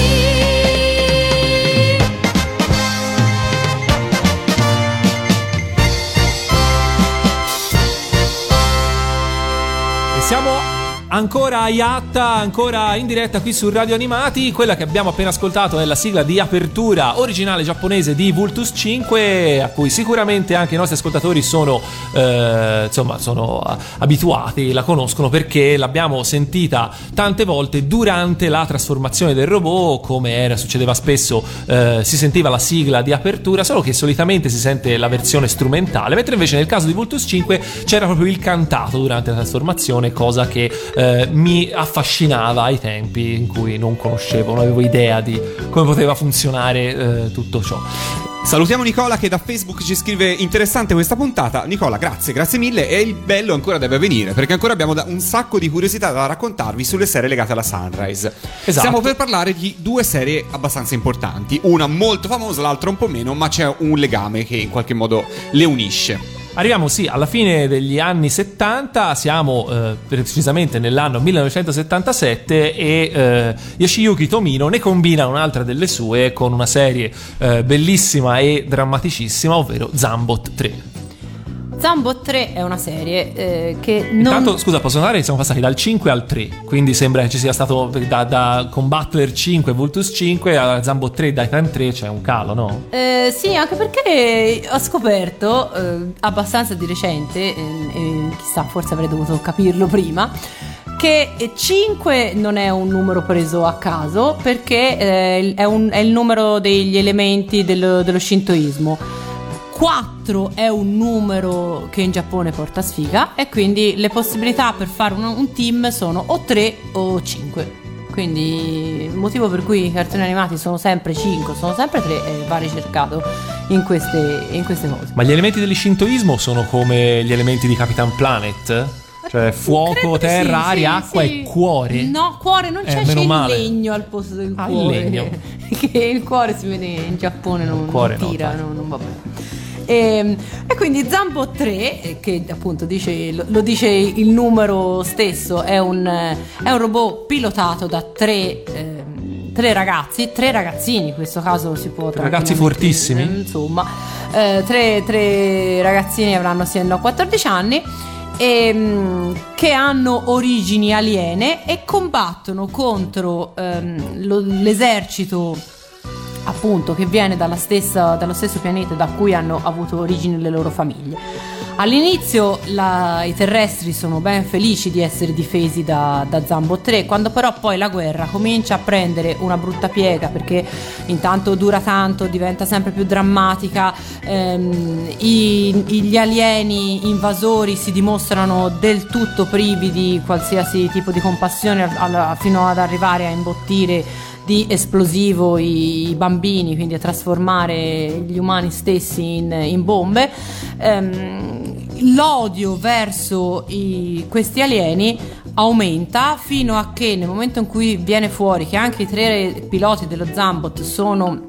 Siamo ancora a Yatta, ancora in diretta qui su Radio Animati. Quella che abbiamo appena ascoltato è la sigla di apertura originale giapponese di Vultus 5, a cui sicuramente anche i nostri ascoltatori sono abituati, la conoscono perché l'abbiamo sentita tante volte durante la trasformazione del robot, come succedeva spesso, si sentiva la sigla di apertura, solo che solitamente si sente la versione strumentale, mentre invece nel caso di Vultus 5 c'era proprio il cantato durante la trasformazione, cosa che mi affascinava ai tempi in cui non conoscevo, non avevo idea di come poteva funzionare tutto ciò. Salutiamo Nicola che da Facebook ci scrive: interessante questa puntata. Nicola, grazie mille, e il bello ancora deve venire, perché ancora abbiamo un sacco di curiosità da raccontarvi sulle serie legate alla Sunrise. Esatto. Stiamo per parlare di due serie abbastanza importanti, una molto famosa, l'altra un po' meno, ma c'è un legame che in qualche modo le unisce. Arriviamo alla fine degli anni 70, siamo precisamente nell'anno 1977 e Yoshiyuki Tomino ne combina un'altra delle sue con una serie bellissima e drammaticissima, ovvero Zambot 3. Zambot 3 è una serie che non... Intanto, scusa, posso notare che siamo passati dal 5 al 3, quindi sembra che ci sia stato con Butler 5 e Vultus 5 a Zambot 3 e Daytime 3 c'è un calo, no? Sì, anche perché ho scoperto abbastanza di recente, chissà, forse avrei dovuto capirlo prima, che 5 non è un numero preso a caso, perché è il numero degli elementi dello shintoismo. 4 è un numero che in Giappone porta sfiga, e quindi le possibilità per fare un team sono o 3 o 5. quindi il motivo per cui i cartoni animati sono sempre 5, sono sempre 3 va ricercato in queste cose. Ma gli elementi del shintoismo sono come gli elementi di Capitan Planet? Cioè fuoco, Credo di terra, sì, aria, sì, acqua sì. e cuore? No, cuore non c'è, meno c'è male. il legno al posto del Ah, cuore. il legno. Che il cuore si vede in Giappone, non cuore no, tira, dai. non va bene. E quindi Zambo 3, che appunto lo dice il numero stesso, è un robot pilotato da tre ragazzini, in questo caso si può Ragazzi fortissimi? insomma, tre ragazzini avranno sì no 14 anni che hanno origini aliene e combattono contro l'esercito appunto che viene dallo stesso pianeta da cui hanno avuto origine le loro famiglie. All'inizio i terrestri sono ben felici di essere difesi da Zambo 3, quando però poi la guerra comincia a prendere una brutta piega, perché intanto dura tanto, diventa sempre più drammatica, gli alieni invasori si dimostrano del tutto privi di qualsiasi tipo di compassione fino ad arrivare a imbottire di esplosivo i bambini, quindi a trasformare gli umani stessi in bombe. L'odio verso questi alieni aumenta fino a che nel momento in cui viene fuori che anche i 3 piloti dello Zambot sono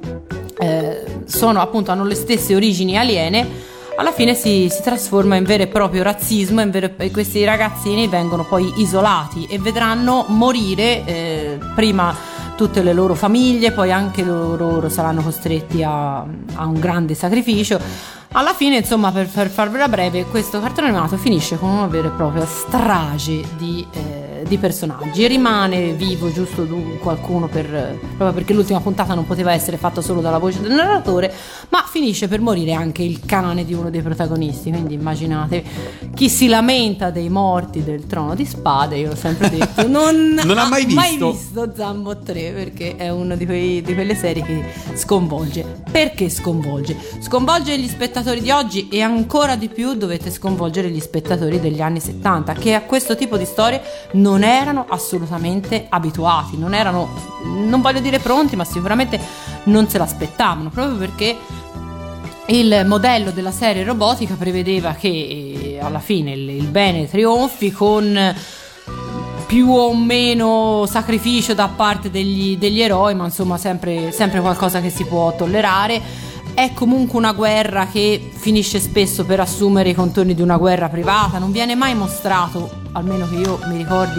appunto hanno le stesse origini aliene, alla fine si trasforma in vero e proprio razzismo e questi ragazzini vengono poi isolati e vedranno morire prima tutte le loro famiglie, poi anche loro saranno costretti a un grande sacrificio. Alla fine, insomma, per farvela breve, questo cartone animato finisce con una vera e propria strage di personaggi e rimane vivo giusto qualcuno proprio perché l'ultima puntata non poteva essere fatta solo dalla voce del narratore, ma finisce per morire anche il cane di uno dei protagonisti, quindi immaginate chi si lamenta dei morti del Trono di Spade. Io l'ho sempre detto, non ha mai visto Zambo 3, perché è una di quelle serie che sconvolge. Perché sconvolge gli spettatori di oggi e ancora di più dovete sconvolgere gli spettatori degli anni 70, che a questo tipo di storie non erano assolutamente abituati, non voglio dire pronti, ma sicuramente non se l'aspettavano, proprio perché il modello della serie robotica prevedeva che alla fine il bene trionfi con più o meno sacrificio da parte degli eroi, ma insomma sempre qualcosa che si può tollerare. È comunque una guerra che finisce spesso per assumere i contorni di una guerra privata, non viene mai mostrato, almeno che io mi ricordi,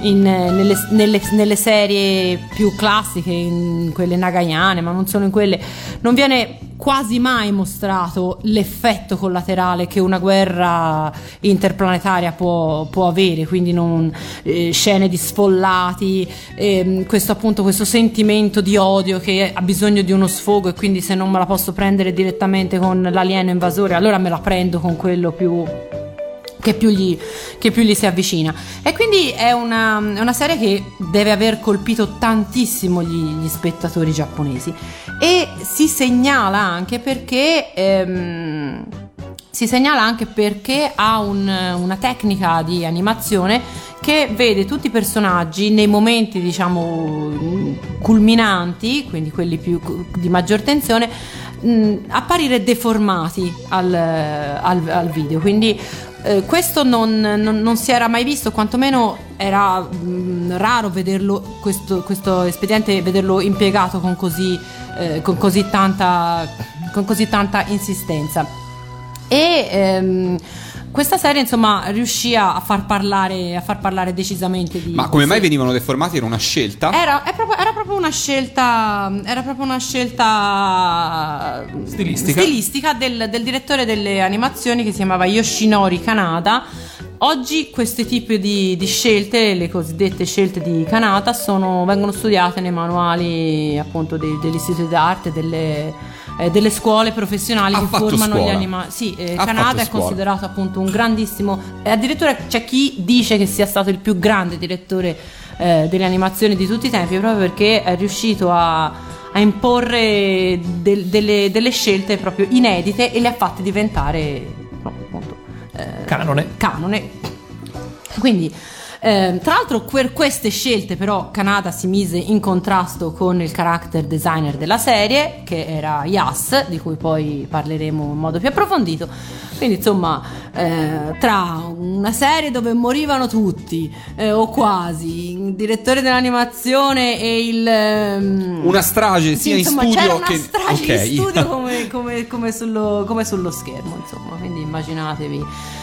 nelle serie più classiche, in quelle nagayane, ma non solo in quelle, non viene quasi mai mostrato l'effetto collaterale che una guerra interplanetaria può avere, quindi scene di sfollati, questo sentimento di odio che ha bisogno di uno sfogo, e quindi se non me la posso prendere direttamente con l'alieno invasore, allora me la prendo con quello che più gli si avvicina. E quindi è una serie che deve aver colpito tantissimo gli spettatori giapponesi, e si segnala anche perché ha una tecnica di animazione che vede tutti i personaggi nei momenti, diciamo, culminanti, quindi quelli più di maggior tensione, apparire deformati al video. Quindi questo non si era mai visto, quantomeno era raro vederlo, questo espediente, vederlo impiegato con così tanta insistenza. E questa serie, insomma, riuscì a far parlare decisamente di... Ma come mai venivano deformati? Era una scelta? Era proprio una scelta stilistica del direttore delle animazioni, che si chiamava Yoshinori Kanada. Oggi questi tipi di scelte, le cosiddette scelte di Kanada, vengono studiate nei manuali appunto degli istituti d'arte, delle scuole professionali che formano gli animali. Sì, Kanada è considerato appunto un grandissimo, addirittura c'è chi dice che sia stato il più grande direttore delle animazioni di tutti i tempi, proprio perché è riuscito a imporre delle scelte proprio inedite e le ha fatte diventare appunto canone. Quindi Tra l'altro per queste scelte però Kanata si mise in contrasto con il character designer della serie, che era Yas, di cui poi parleremo in modo più approfondito. Quindi insomma, tra una serie dove morivano tutti o quasi, il direttore dell'animazione e il una strage sia insomma, in studio c'era una che strage ok. in studio come sullo schermo, insomma, quindi immaginatevi.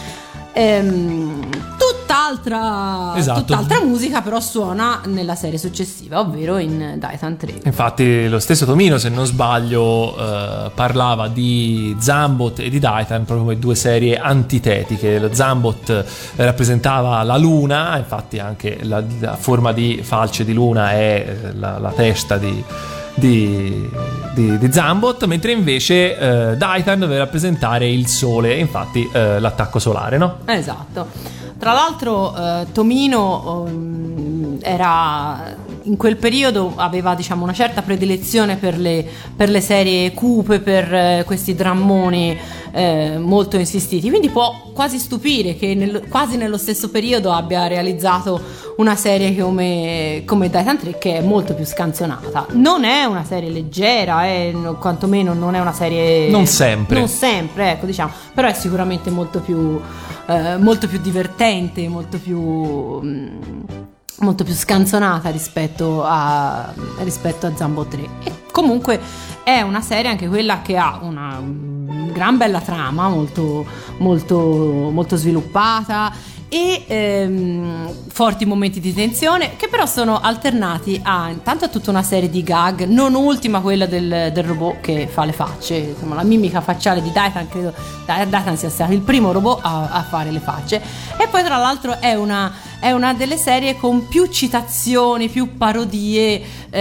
Tutt'altra musica però suona nella serie successiva, ovvero in Daitan 3. Infatti lo stesso Tomino, se non sbaglio, parlava di Zambot e di Daitan proprio come due serie antitetiche. Lo Zambot rappresentava la luna, infatti anche la forma di falce di luna è la testa di Zambot, mentre invece Daitan deve rappresentare il sole, infatti l'attacco solare, no? Esatto. Tra l'altro Tomino era in quel periodo aveva, diciamo, una certa predilezione per le serie cupe, per questi drammoni molto insistiti, quindi può quasi stupire che quasi nello stesso periodo abbia realizzato una serie come Daitan 3, che è molto più scanzonata. Non è una serie leggera, quantomeno non è una serie non sempre, ecco, diciamo, però è sicuramente molto più divertente, molto più scanzonata rispetto a Zambot 3. E comunque è una serie anche quella che ha una gran bella trama, molto molto molto sviluppata, e forti momenti di tensione, che però sono alternati intanto a tutta una serie di gag, non ultima quella del robot che fa le facce, insomma la mimica facciale di Daitan. Credo Daitan sia stato il primo robot a fare le facce, e poi tra l'altro è una delle serie con più citazioni, più parodie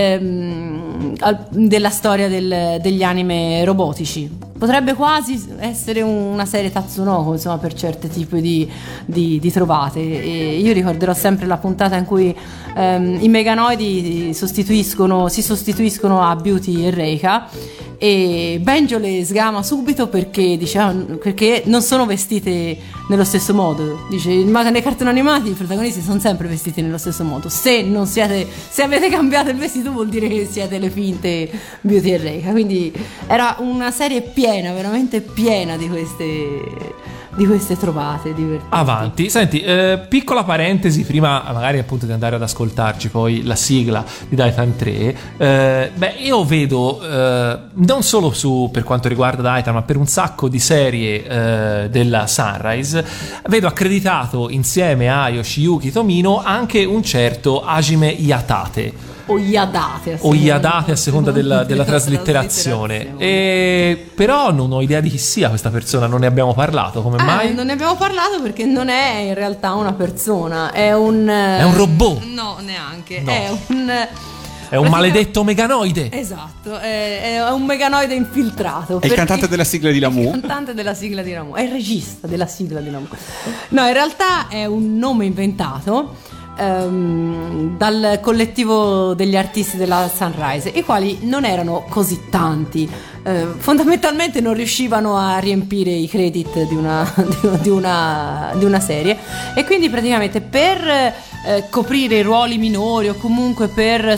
della storia degli anime robotici. Potrebbe quasi essere una serie Tatsunoko, insomma, per certi tipi di trovate. E io ricorderò sempre la puntata in cui i Meganoidi si sostituiscono a Beauty e Reika, e Benjo le sgama subito perché non sono vestite nello stesso modo. Dice, nei cartoni animati i protagonisti sono sempre vestiti nello stesso modo. Se avete cambiato il vestito vuol dire che siete le finte Beauty e Reika. Quindi era una serie piena, veramente piena di queste trovate divertenti. Avanti, senti, piccola parentesi prima magari appunto di andare ad ascoltarci poi la sigla di Daitan 3. Io vedo non solo per quanto riguarda Daitan, ma per un sacco di serie della Sunrise, vedo accreditato insieme a Yoshiyuki Tomino anche un certo Hajime Yatate. O Yadate a seconda della traslitterazione. Però non ho idea di chi sia questa persona, non ne abbiamo parlato. Come mai? Non ne abbiamo parlato perché non è in realtà una persona, è un robot. No, neanche. No. È un maledetto meganoide. Esatto, è un meganoide infiltrato. È il cantante della sigla di Lamu. È il cantante della sigla di Lamu. È il regista della sigla di Lamu. No, in realtà è un nome inventato dal collettivo degli artisti della Sunrise, i quali non erano così tanti, fondamentalmente non riuscivano a riempire i credit di una serie, e quindi praticamente per coprire i ruoli minori, o comunque per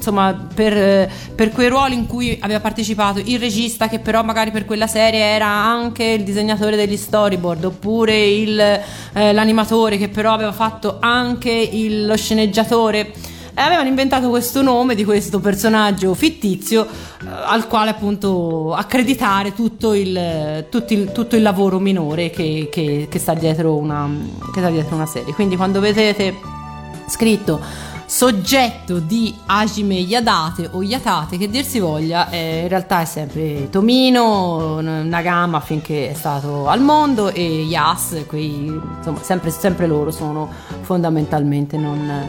quei ruoli in cui aveva partecipato il regista, che però magari per quella serie era anche il disegnatore degli storyboard, oppure l'animatore che però aveva fatto anche lo sceneggiatore, avevano inventato questo nome di questo personaggio fittizio al quale appunto accreditare tutto il lavoro minore che sta dietro una serie. Quindi quando vedete scritto soggetto di Hajime Yadate o Yatate, che dir si voglia, in realtà è sempre Tomino, Nagama finché è stato al mondo, e Yas, insomma sempre loro sono fondamentalmente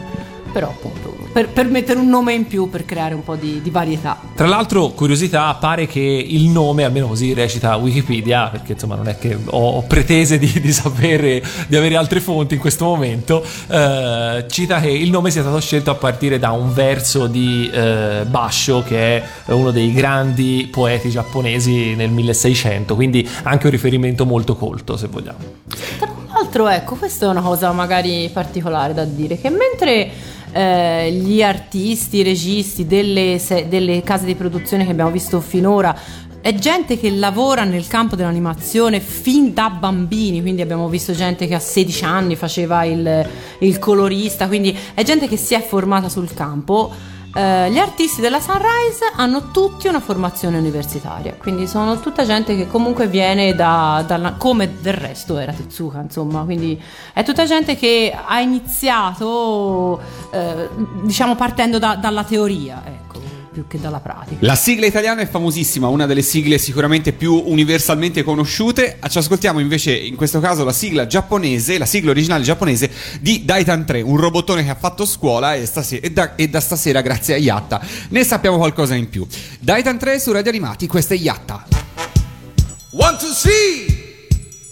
però appunto per mettere un nome in più, per creare un po' di varietà. Tra l'altro, curiosità, pare che il nome, almeno così recita Wikipedia, perché insomma non è che ho pretese di sapere, di avere altre fonti in questo momento, cita che il nome sia stato scelto a partire da un verso di Basho, che è uno dei grandi poeti giapponesi nel 1600, quindi anche un riferimento molto colto, se vogliamo. Tra l'altro, ecco, questa è una cosa magari particolare da dire, che mentre gli artisti, i registi delle case di produzione che abbiamo visto finora è gente che lavora nel campo dell'animazione fin da bambini, quindi abbiamo visto gente che a 16 anni faceva il colorista, quindi è gente che si è formata sul campo. Gli artisti della Sunrise hanno tutti una formazione universitaria, quindi sono tutta gente che comunque viene come del resto era Tezuka, insomma, quindi è tutta gente che ha iniziato diciamo partendo dalla teoria, ecco, più che dalla pratica. La sigla italiana è famosissima, una delle sigle sicuramente più universalmente conosciute. Ci ascoltiamo invece in questo caso la sigla giapponese, la sigla originale giapponese di Daitan 3, un robottone che ha fatto scuola e da stasera, grazie a Yatta, ne sappiamo qualcosa in più. Daitan 3 su Radio Animati, questo è Yatta. Want to see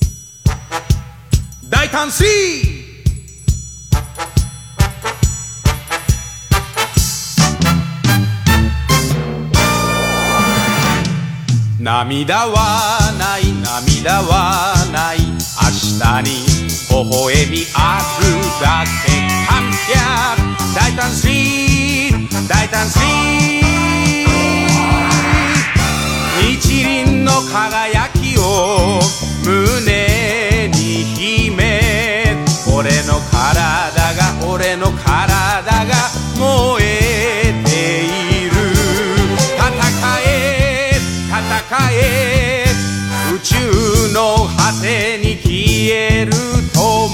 Daitan C. 涙はない涙はない明日に微笑みあるだけ完璧大胆スリー大胆スリー日輪の輝きを胸に秘め俺の体が俺の体が燃えている戦え戦え宇宙の果てに消えるとも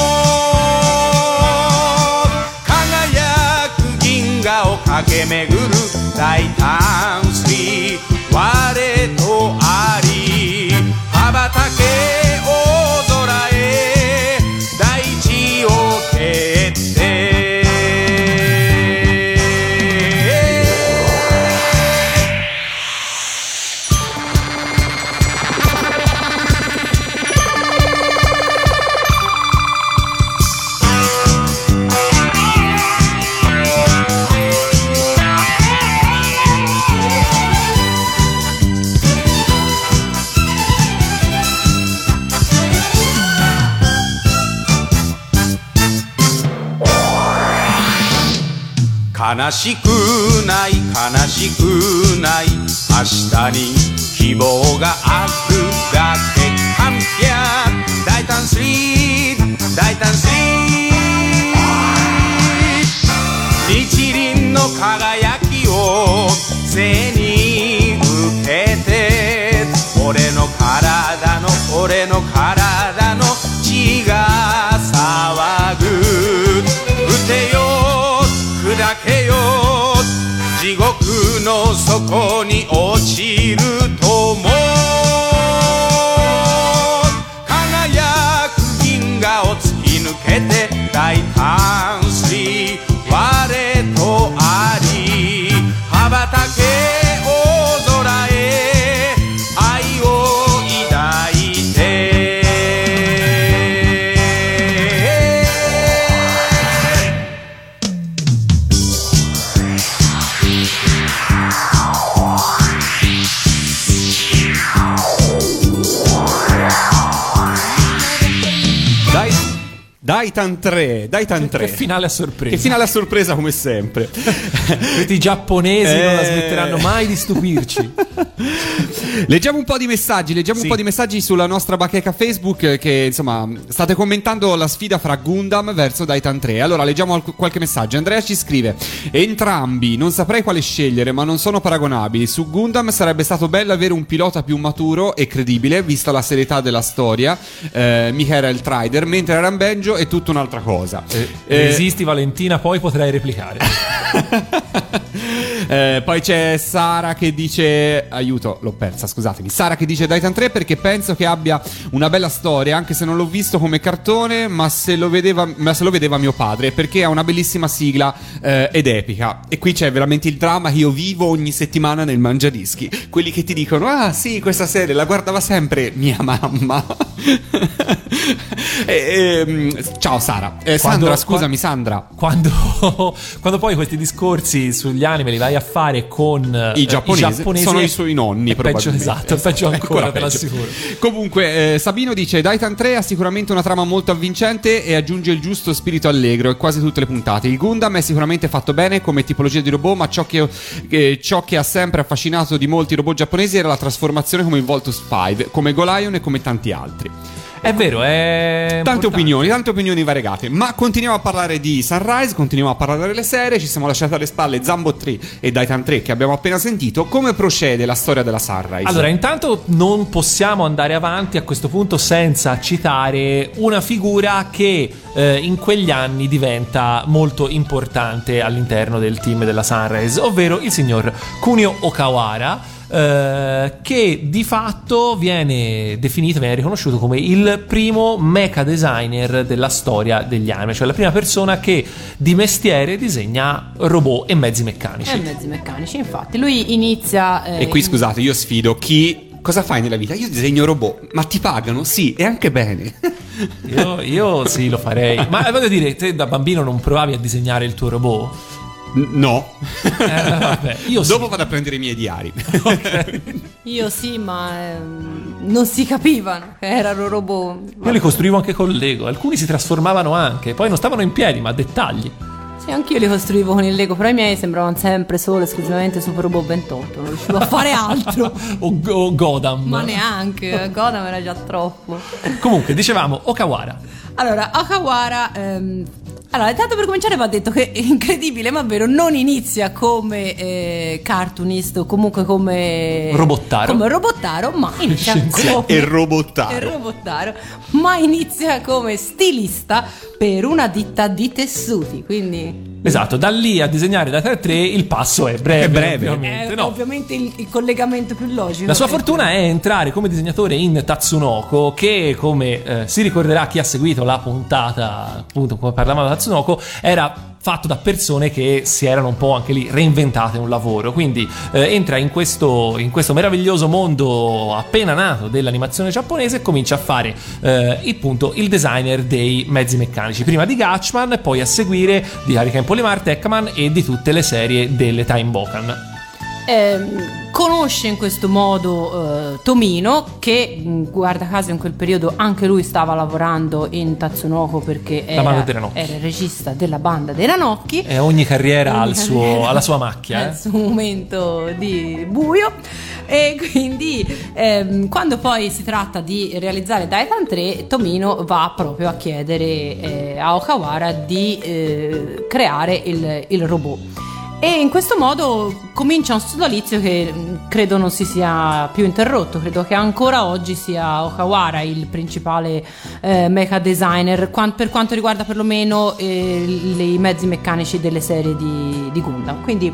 輝く銀河を駆け巡る大胆スリー我とあり羽ばたけ大空へ大地を蹴って悲しくない悲しくない明日に希望があるだけ完璧大胆スリー大胆スリー日輪の輝きを背に受けて俺の体の血が騒ぐ打てよ砕けよ地獄の底に落ちるとも輝く銀河を突き抜けて大胆スリー我とあり羽ばたけ大空へ愛を抱いて Daitan 3 Che finale a sorpresa. Che finale a sorpresa come sempre. Questi giapponesi non la smetteranno mai di stupirci. Leggiamo un po' di messaggi, un po' di messaggi sulla nostra bacheca Facebook che insomma state commentando la sfida fra Gundam verso Daitan 3. Allora leggiamo qualche messaggio. Andrea ci scrive: entrambi, non saprei quale scegliere ma non sono paragonabili. Su Gundam sarebbe stato bello avere un pilota più maturo e credibile vista la serietà della storia, Michael Trider, mentre Rambenjo è tutta un'altra cosa. Resisti Valentina, poi potrai replicare. Poi c'è Sara che dice, aiuto, l'ho persa, scusatemi. Sara che dice Daitan 3 perché penso che abbia una bella storia, anche se non l'ho visto come cartone, ma se lo vedeva mio padre, perché ha una bellissima sigla ed epica. E qui c'è veramente il dramma che io vivo ogni settimana nel Mangiadischi. Quelli che ti dicono, ah sì, questa serie la guardava sempre mia mamma. Ciao Sara. Sandra, scusami Sandra. Quando poi questi discorsi sugli anime li vai a fare con i giapponesi sono i suoi nonni, è peggio, probabilmente. esatto, peggio ancora, te l'assicuro. Comunque Sabino dice Daitan 3 ha sicuramente una trama molto avvincente e aggiunge il giusto spirito allegro in quasi tutte le puntate. Il Gundam è sicuramente fatto bene come tipologia di robot, ma ciò che ha sempre affascinato di molti robot giapponesi era la trasformazione come in Voltus 5, come Golion e come tanti altri. È vero, è tante opinioni variegate. Ma continuiamo a parlare di Sunrise, continuiamo a parlare delle serie. Ci siamo lasciati alle spalle Zambo 3 e Daitan 3 che abbiamo appena sentito. Come procede la storia della Sunrise? Allora, intanto non possiamo andare avanti a questo punto senza citare una figura che in quegli anni diventa molto importante all'interno del team della Sunrise, ovvero il signor Kunio Okawara, che di fatto viene riconosciuto come il primo mecha designer della storia degli anime, cioè la prima persona che di mestiere disegna robot e mezzi meccanici. Infatti lui inizia e qui scusate, io sfido chi. Cosa fai nella vita? Io disegno robot. Ma ti pagano? Sì, e anche bene. Io sì, lo farei. Ma voglio dire, te da bambino non provavi a disegnare il tuo robot? No. Vabbè, io dopo sì. vado a prendere i miei diari. Okay. Io sì, ma non si capivano che erano robot. Io li costruivo anche con Lego. Alcuni si trasformavano anche, poi non stavano in piedi, ma a dettagli. Sì, anch'io li costruivo con il Lego, però i miei sembravano sempre solo esclusivamente Super Robot 28. Non riuscivo a fare altro. o Godam. Ma neanche, Godam era già troppo. Comunque, dicevamo Okawara. Allora, Okawara allora, intanto per cominciare va detto che è incredibile ma vero, non inizia come cartoonist o comunque come robottaro, ma inizia come robottaro, ma inizia come stilista per una ditta di tessuti, quindi esatto, da lì a disegnare Daitan 3 il passo è breve. Ovviamente, no? Ovviamente il collegamento più logico. La sua fortuna è entrare come disegnatore in Tatsunoko, che come si ricorderà chi ha seguito la puntata, appunto come parlavamo da Tatsunoko, era fatto da persone che si erano un po' anche lì reinventate un lavoro, quindi entra in questo meraviglioso mondo appena nato dell'animazione giapponese e comincia a fare il designer dei mezzi meccanici, prima di Gatchman e poi a seguire di Hurricane Polymar, Tekkaman e di tutte le serie delle Time Bokan. Conosce in questo modo Tomino, che guarda caso in quel periodo anche lui stava lavorando in Tatsunoko perché era il regista della banda dei Ranocchi, e ogni carriera ha la sua macchia, il suo momento di buio, e quindi quando poi si tratta di realizzare Daitan 3, Tomino va proprio a chiedere a Okawara di creare il robot. E in questo modo comincia un sodalizio che credo non si sia più interrotto. Credo che ancora oggi sia Okawara il principale mecha designer per quanto riguarda perlomeno i mezzi meccanici delle serie di Gundam. Quindi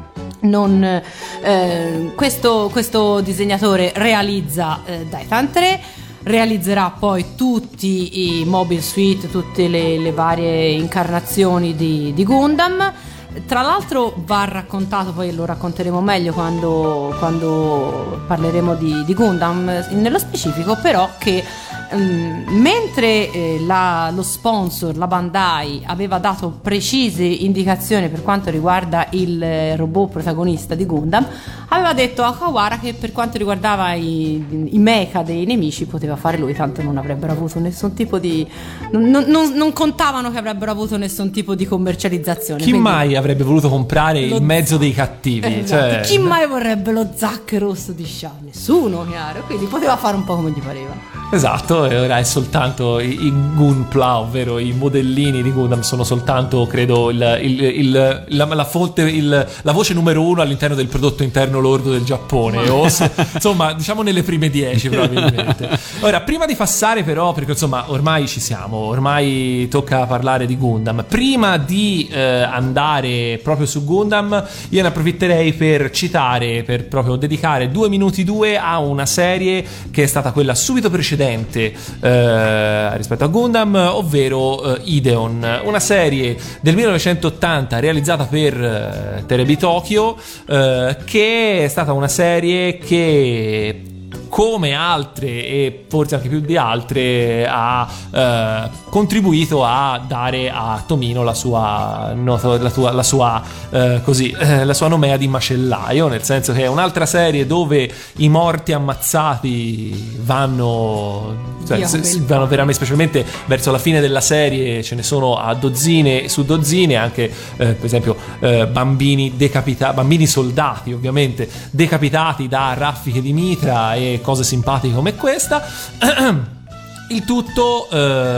questo disegnatore realizza Daitan 3, realizzerà poi tutti i Mobile Suit, tutte le varie incarnazioni di Gundam. Tra l'altro va raccontato, poi lo racconteremo meglio quando parleremo di Gundam nello specifico, però che mentre lo sponsor, la Bandai, aveva dato precise indicazioni per quanto riguarda il robot protagonista di Gundam, aveva detto a Okawara che per quanto riguardava i mecha dei nemici poteva fare lui, tanto non avrebbero avuto nessun tipo di non contavano che avrebbero avuto nessun tipo di commercializzazione. Chi mai avrebbe voluto comprare il mezzo dei cattivi? Esatto. Chi mai vorrebbe lo zac rosso di Shaw? Nessuno, chiaro, quindi poteva fare un po' come gli pareva. Esatto. finito e ora è soltanto i Gunpla, ovvero i modellini di Gundam, sono soltanto, credo, la fonte, la voce numero 1 all'interno del prodotto interno lordo del Giappone, insomma, diciamo nelle prime 10 probabilmente. Ora, prima di passare però, perché insomma ormai ci siamo, ormai tocca parlare di Gundam, prima di andare proprio su Gundam, io ne approfitterei per citare, per proprio dedicare 2 minuti a una serie che è stata quella subito precedente rispetto a Gundam, ovvero Ideon, una serie del 1980 realizzata per Terebi Tokyo, che è stata una serie che, come altre e forse anche più di altre, ha contribuito a dare a Tomino la sua nomea di macellaio, nel senso che è un'altra serie dove i morti ammazzati vanno veramente, specialmente verso la fine della serie ce ne sono a dozzine su dozzine, anche per esempio bambini soldati ovviamente decapitati da raffiche di mitra e cose simpatiche come questa. Il tutto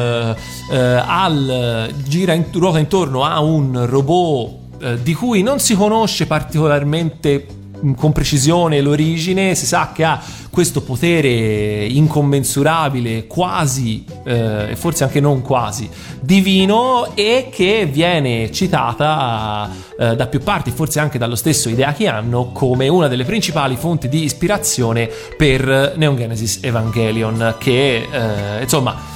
ruota intorno a un robot di cui non si conosce particolarmente con precisione l'origine. Si sa che ha questo potere incommensurabile, quasi forse anche non quasi divino, e che viene citata da più parti, forse anche dallo stesso Hideaki Anno, come una delle principali fonti di ispirazione per Neon Genesis Evangelion, che insomma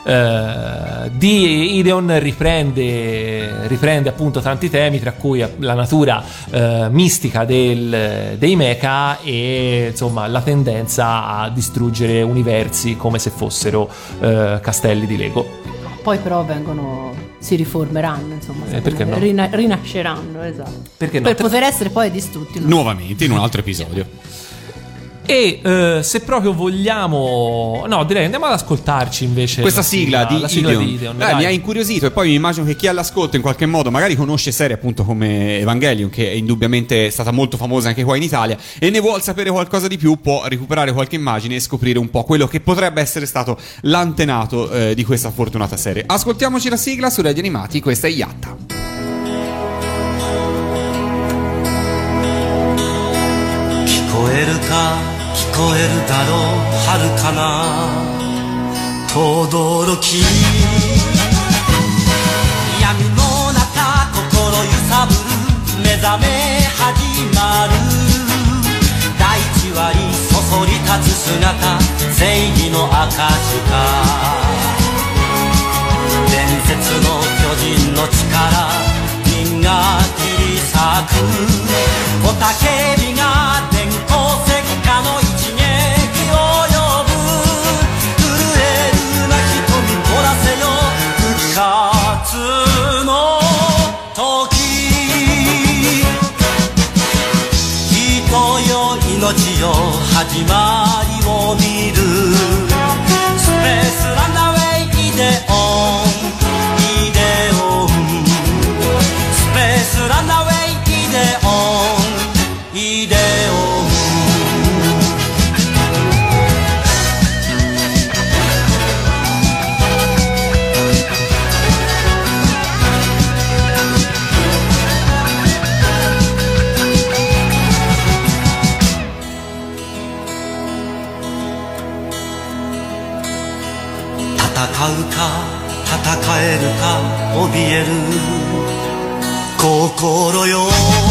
di Ideon riprende appunto tanti temi, tra cui la natura mistica dei mecha e insomma la tendenza a distruggere universi come se fossero castelli di Lego. Poi però si riformeranno, insomma, perché no? Rinasceranno, esatto, perché no? Per poter essere poi distrutti nuovamente in un altro episodio. E se proprio vogliamo, no, direi andiamo ad ascoltarci invece questa sigla di Ideon. Mi ha incuriosito, e poi mi immagino che chi all'ascolto in qualche modo magari conosce serie appunto come Evangelion, che è indubbiamente stata molto famosa anche qua in Italia, e ne vuol sapere qualcosa di più, può recuperare qualche immagine e scoprire un po' quello che potrebbe essere stato l'antenato di questa fortunata serie. Ascoltiamoci la sigla su Radio Animati, questa è Yatta. 聞こえるだろう遥かな轟き闇の中心揺さぶる目覚め始まる大地割りそそり立つ姿正義の証か伝説の巨人の力銀が切り裂く雄たけびが電光石火の一撃を呼ぶ震えるな瞳凝らせよ復活の時人よ命よ始まりを見るスペースランナウェイイデオンイデオンスペースランナウェイイデオンイデオン戦うか戦えるか怯える心よ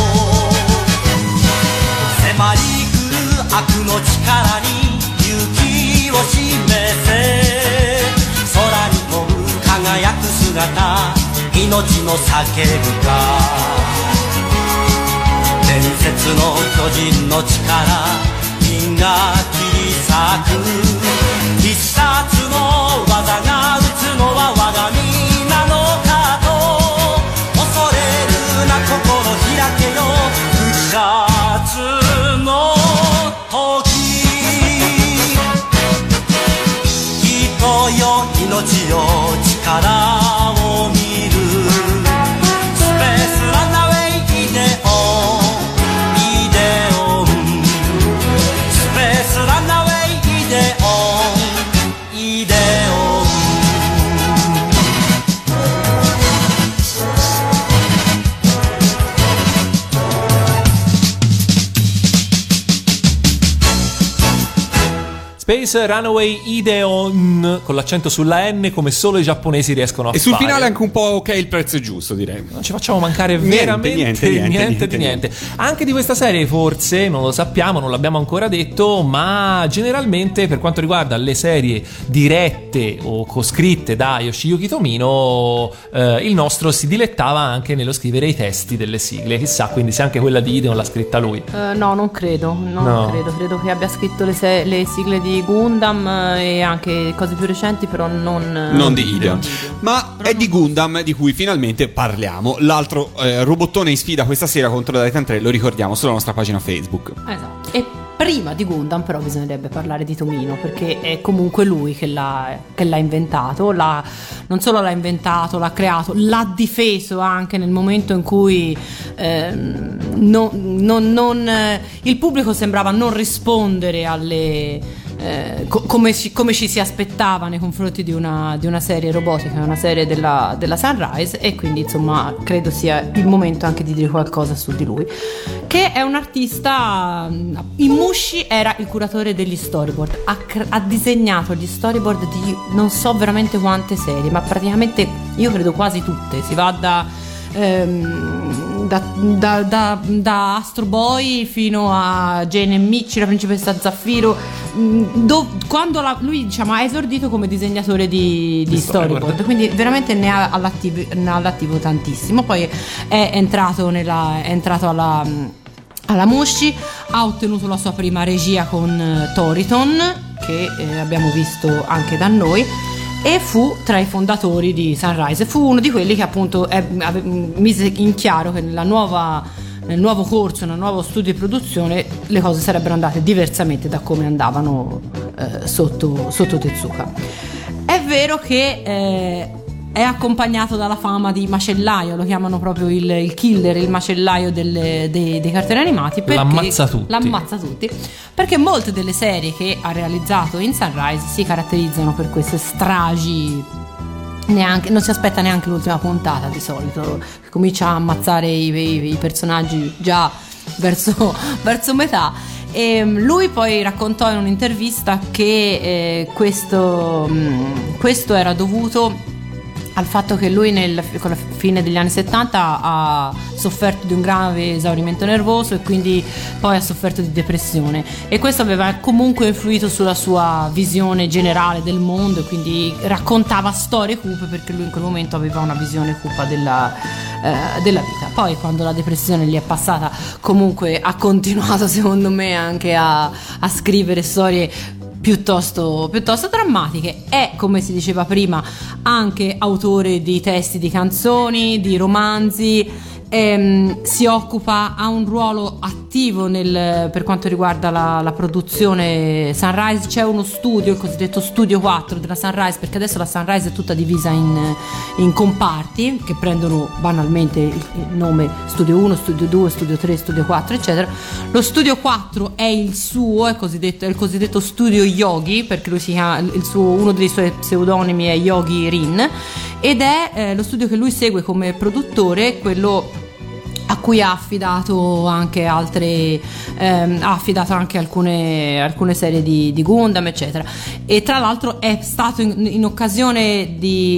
迫り来る悪の力に勇気を示せ空に飛ぶ輝く姿命の叫ぶか伝説の巨人の力銀が切り裂く必殺の技が打つのは我が身なのかと恐れるな心開けよ復活の時人よ命よ力を見るスペースランナウェイイデオンイデオンスペースランナウェイイデオンイデオン Space Runaway Ideon, con l'accento sulla N, come solo i giapponesi riescono a fare. E sul finale anche un po' ok, il prezzo è giusto, direi. Non ci facciamo mancare Niente, veramente niente. di niente. Anche di questa serie forse non lo sappiamo, non l'abbiamo ancora detto, ma generalmente per quanto riguarda le serie dirette o coscritte da Yoshiyuki Tomino, il nostro si dilettava anche nello scrivere i testi delle sigle. Chissà quindi se anche quella di Ideon l'ha scritta lui. No, non credo. Credo che abbia scritto le sigle di Gundam e anche cose più recenti, però non di Ideon. Ma è di Gundam di cui finalmente parliamo. L'altro robottone in sfida questa sera contro Titan 3 lo ricordiamo sulla nostra pagina Facebook. Esatto. E prima di Gundam però bisognerebbe parlare di Tomino, perché è comunque lui che l'ha inventato, non solo l'ha inventato, l'ha creato, l'ha difeso anche nel momento in cui il pubblico sembrava non rispondere alle come ci si aspettava nei confronti di una serie robotica, una serie della Sunrise, e quindi insomma credo sia il momento anche di dire qualcosa su di lui, che è un artista. Imushi era il curatore degli storyboard, ha disegnato gli storyboard di non so veramente quante serie, ma praticamente io credo quasi tutte. Si va da Astro Boy fino a Jane e Michi, la principessa Zaffiro, quando lui diciamo ha esordito come disegnatore di storyboard, quindi veramente ne ha all'attivo tantissimo. Poi è entrato alla Mushi, ha ottenuto la sua prima regia con Toriton, che abbiamo visto anche da noi, e fu tra i fondatori di Sunrise. Fu uno di quelli che appunto mise in chiaro che nel nuovo corso, nel nuovo studio di produzione, le cose sarebbero andate diversamente da come andavano sotto Tezuka. È vero che è accompagnato dalla fama di macellaio, lo chiamano proprio il killer, il macellaio dei cartoni animati, perché l'ammazza tutti, perché molte delle serie che ha realizzato in Sunrise si caratterizzano per queste stragi. Non si aspetta neanche l'ultima puntata di solito, comincia a ammazzare i personaggi già verso metà. E lui poi raccontò in un'intervista che questo era dovuto al fatto che lui con la fine degli anni 70 ha sofferto di un grave esaurimento nervoso e quindi poi ha sofferto di depressione, e questo aveva comunque influito sulla sua visione generale del mondo, e quindi raccontava storie cupe perché lui in quel momento aveva una visione cupa della vita. Poi quando la depressione gli è passata, comunque ha continuato secondo me anche a scrivere storie piuttosto drammatiche. È, come si diceva prima, anche autore di testi di canzoni, di romanzi. Si occupa, ha un ruolo attivo per quanto riguarda la produzione Sunrise. C'è uno studio, il cosiddetto studio 4 della Sunrise, perché adesso la Sunrise è tutta divisa in comparti che prendono banalmente il nome studio 1, studio 2, studio 3, studio 4 eccetera. Lo studio 4 è il suo, è il cosiddetto studio Yogi, perché lui si chiama, uno dei suoi pseudonimi è Yogi Rin, ed è lo studio che lui segue come produttore, quello a cui ha affidato anche alcune serie di Gundam eccetera. E tra l'altro è stato nell'occasione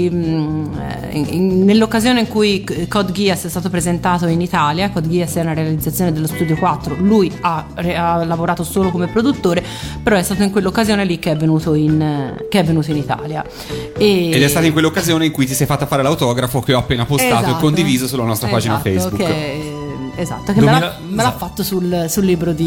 in cui Code Geass è stato presentato in Italia. Code Geass è una realizzazione dello Studio 4, lui ha lavorato solo come produttore, però è stato in quell'occasione lì che è venuto in Italia, ed è stata in quell'occasione in cui ti sei fatta fare l'autografo che ho appena postato e condiviso sulla nostra pagina Facebook. Che me l'ha fatto sul libro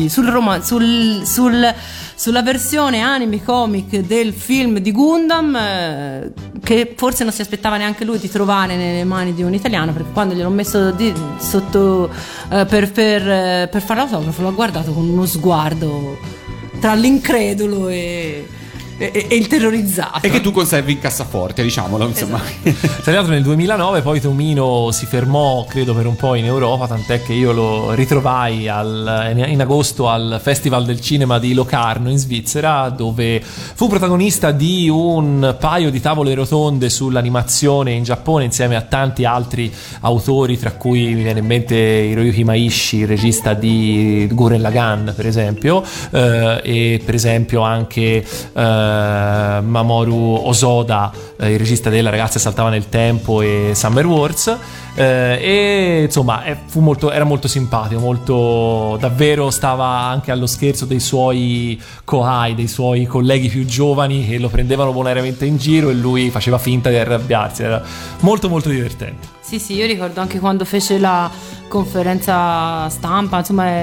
sulla versione anime comic del film di Gundam, che forse non si aspettava neanche lui di trovare nelle mani di un italiano, perché quando gliel'ho messo sotto per fare l'autografo l'ho guardato con uno sguardo tra l'incredulo e e il terrorizzato. E che tu conservi in cassaforte, diciamolo, insomma. Tra l'altro nel 2009 poi Tomino si fermò, credo, per un po' in Europa, tant'è che io lo ritrovai in agosto al Festival del Cinema di Locarno in Svizzera, dove fu protagonista di un paio di tavole rotonde sull'animazione in Giappone insieme a tanti altri autori, tra cui mi viene in mente Hiroyuki Maishi, il regista di Gurren Lagann per esempio, e per esempio anche Mamoru Osoda, il regista della Ragazza saltava nel tempo e Summer Wars. E insomma era molto simpatico, davvero stava anche allo scherzo dei suoi kohai, dei suoi colleghi più giovani che lo prendevano bonariamente in giro e lui faceva finta di arrabbiarsi. Era molto molto divertente. Sì, io ricordo anche quando fece la conferenza stampa, insomma,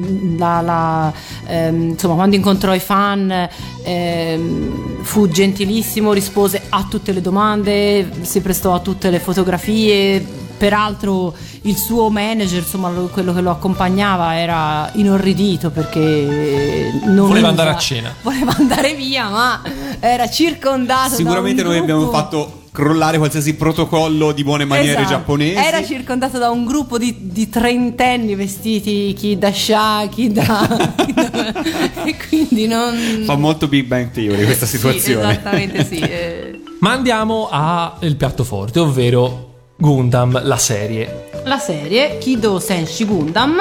insomma, quando incontrò i fan, fu gentilissimo, rispose a tutte le domande, si prestò a tutte le fotografie. Peraltro il suo manager, insomma, quello che lo accompagnava, era inorridito perché non voleva andare a cena, voleva andare via, ma era circondato sicuramente da un noi gruppo... abbiamo fatto crollare qualsiasi protocollo di buone maniere giapponesi. Era circondato da un gruppo di trentenni vestiti chi da scià, chi da e quindi non... Fa molto Big Bang Theory questa situazione. Sì, esattamente sì. Ma andiamo al piatto forte, ovvero Gundam, la serie Kido Senshi Gundam,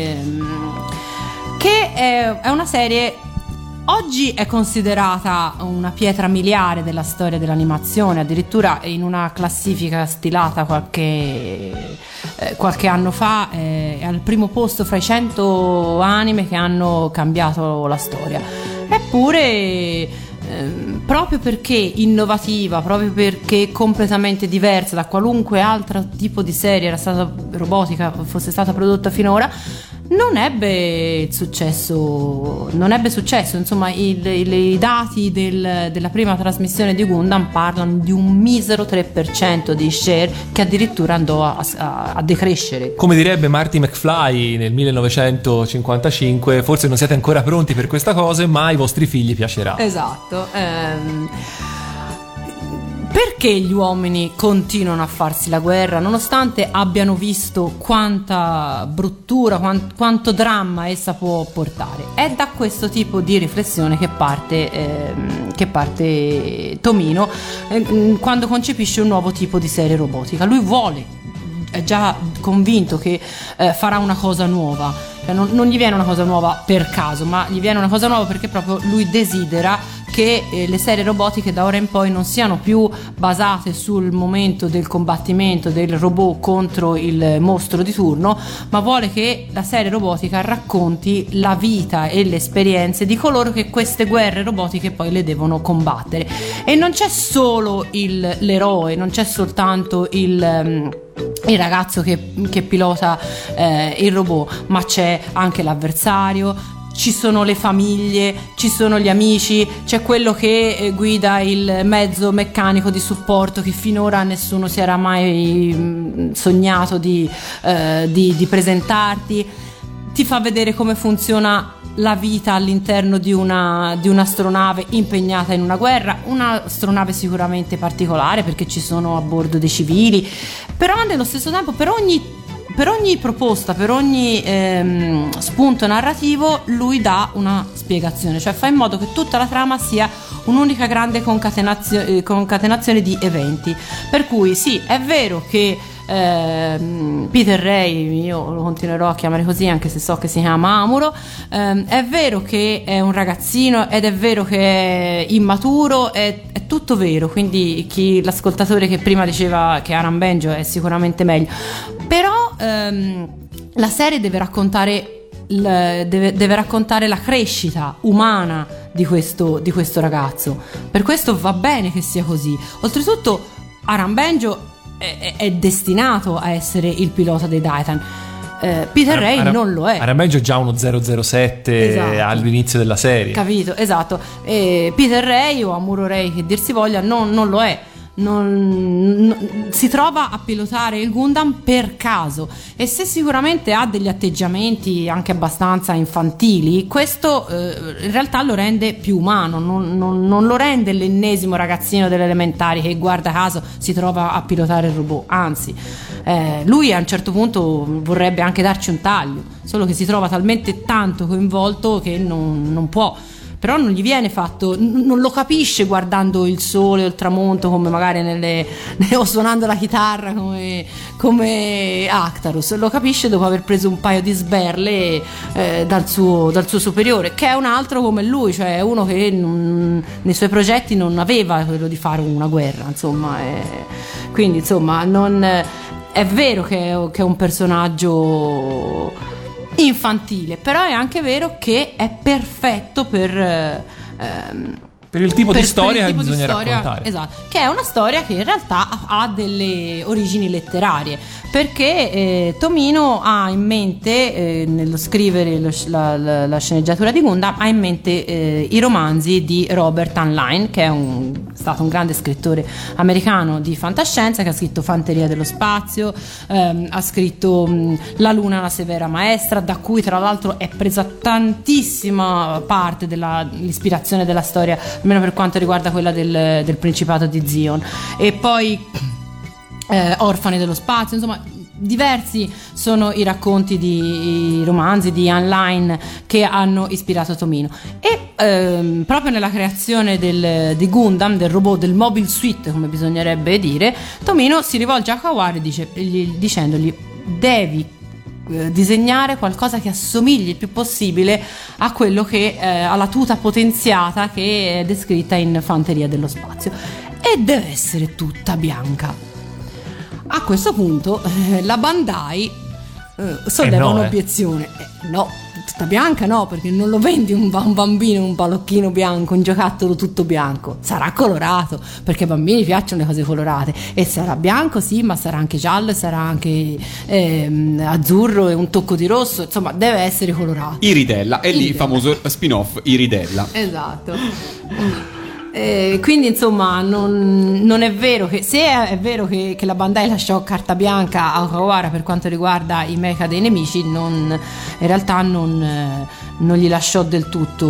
che è una serie, oggi è considerata una pietra miliare della storia dell'animazione, addirittura in una classifica stilata qualche anno fa è al primo posto fra i 100 anime che hanno cambiato la storia. Eppure proprio perché innovativa, proprio perché completamente diversa da qualunque altro tipo di serie era stata robotica fosse stata prodotta finora, non ebbe successo. Insomma, i dati della prima trasmissione di Gundam parlano di un misero 3% di share, che addirittura andò a decrescere. Come direbbe Marty McFly nel 1955, forse non siete ancora pronti per questa cosa, ma ai vostri figli piacerà. Esatto. Perché gli uomini continuano a farsi la guerra nonostante abbiano visto quanta bruttura, quanto dramma essa può portare? È da questo tipo di riflessione che parte Tomino quando concepisce un nuovo tipo di serie robotica. Lui è già convinto che farà una cosa nuova, cioè non gli viene una cosa nuova per caso, ma gli viene una cosa nuova perché proprio lui desidera che le serie robotiche da ora in poi non siano più basate sul momento del combattimento del robot contro il mostro di turno, ma vuole che la serie robotica racconti la vita e le esperienze di coloro che queste guerre robotiche poi le devono combattere. E non c'è solo l'eroe, non c'è soltanto il ragazzo che pilota il robot, ma c'è anche l'avversario, ci sono le famiglie, ci sono gli amici, c'è quello che guida il mezzo meccanico di supporto che finora nessuno si era mai sognato di presentarti, ti fa vedere come funziona la vita all'interno di un'astronave impegnata in una guerra, un'astronave sicuramente particolare perché ci sono a bordo dei civili, però nello stesso tempo per ogni proposta, per ogni spunto narrativo lui dà una spiegazione, cioè fa in modo che tutta la trama sia un'unica grande concatenazione di eventi, per cui sì, è vero che Peter Ray, io lo continuerò a chiamare così anche se so che si chiama Amuro, è vero che è un ragazzino ed è vero che è immaturo, è tutto vero, quindi l'ascoltatore che prima diceva che Aram Benjo è sicuramente meglio, però la serie deve raccontare la crescita umana di questo ragazzo, per questo va bene che sia così. Oltretutto Aram Benjo è destinato a essere il pilota dei Daitan. Peter Ray non lo è. Aram Benjo è già uno 007, esatto, all'inizio della serie. Capito, esatto. Peter Ray o Amuro Ray che dir si voglia non lo è. si trova a pilotare il Gundam per caso, e se sicuramente ha degli atteggiamenti anche abbastanza infantili, questo in realtà lo rende più umano, non lo rende l'ennesimo ragazzino delle elementari che guarda caso si trova a pilotare il robot, anzi lui a un certo punto vorrebbe anche darci un taglio, solo che si trova talmente tanto coinvolto che non può. Però non gli viene fatto, non lo capisce guardando il sole o il tramonto come magari o suonando la chitarra come Actarus, lo capisce dopo aver preso un paio di sberle dal suo superiore, che è un altro come lui, cioè uno che nei suoi progetti non aveva quello di fare una guerra, insomma, quindi insomma è vero che è un personaggio infantile, però è anche vero che è perfetto per il tipo di storia che bisogna raccontare. Esatto, che è una storia che in realtà ha delle origini letterarie, perché Tomino ha in mente, nello scrivere la sceneggiatura di Gundam, ha in mente i romanzi di Robert Heinlein, che è stato un grande scrittore americano di fantascienza, che ha scritto Fanteria dello spazio, ha scritto La luna, la severa maestra, da cui tra l'altro è presa tantissima parte dell'ispirazione della storia, almeno per quanto riguarda quella del Principato di Zion, e poi Orfani dello spazio, insomma diversi sono i racconti i romanzi di Heinlein che hanno ispirato Tomino, e proprio nella creazione di Gundam, del robot, del Mobile Suit come bisognerebbe dire, Tomino si rivolge a Kawari dicendogli: devi disegnare qualcosa che assomigli il più possibile a quello che alla tuta potenziata che è descritta in Fanteria dello spazio, e deve essere tutta bianca. A questo punto la Bandai solleva un'obiezione. No, tutta bianca no, perché non lo vendi un bambino, un balocchino bianco, un giocattolo tutto bianco. Sarà colorato, perché ai bambini piacciono le cose colorate, e sarà bianco sì, ma sarà anche giallo, sarà anche azzurro e un tocco di rosso, insomma deve essere colorato. Iridella, è lì il famoso spin-off Iridella. Esatto. Quindi insomma non è vero che, se è vero che la Bandai lasciò carta bianca a Okawara per quanto riguarda i mecha dei nemici, in realtà non li lasciò del tutto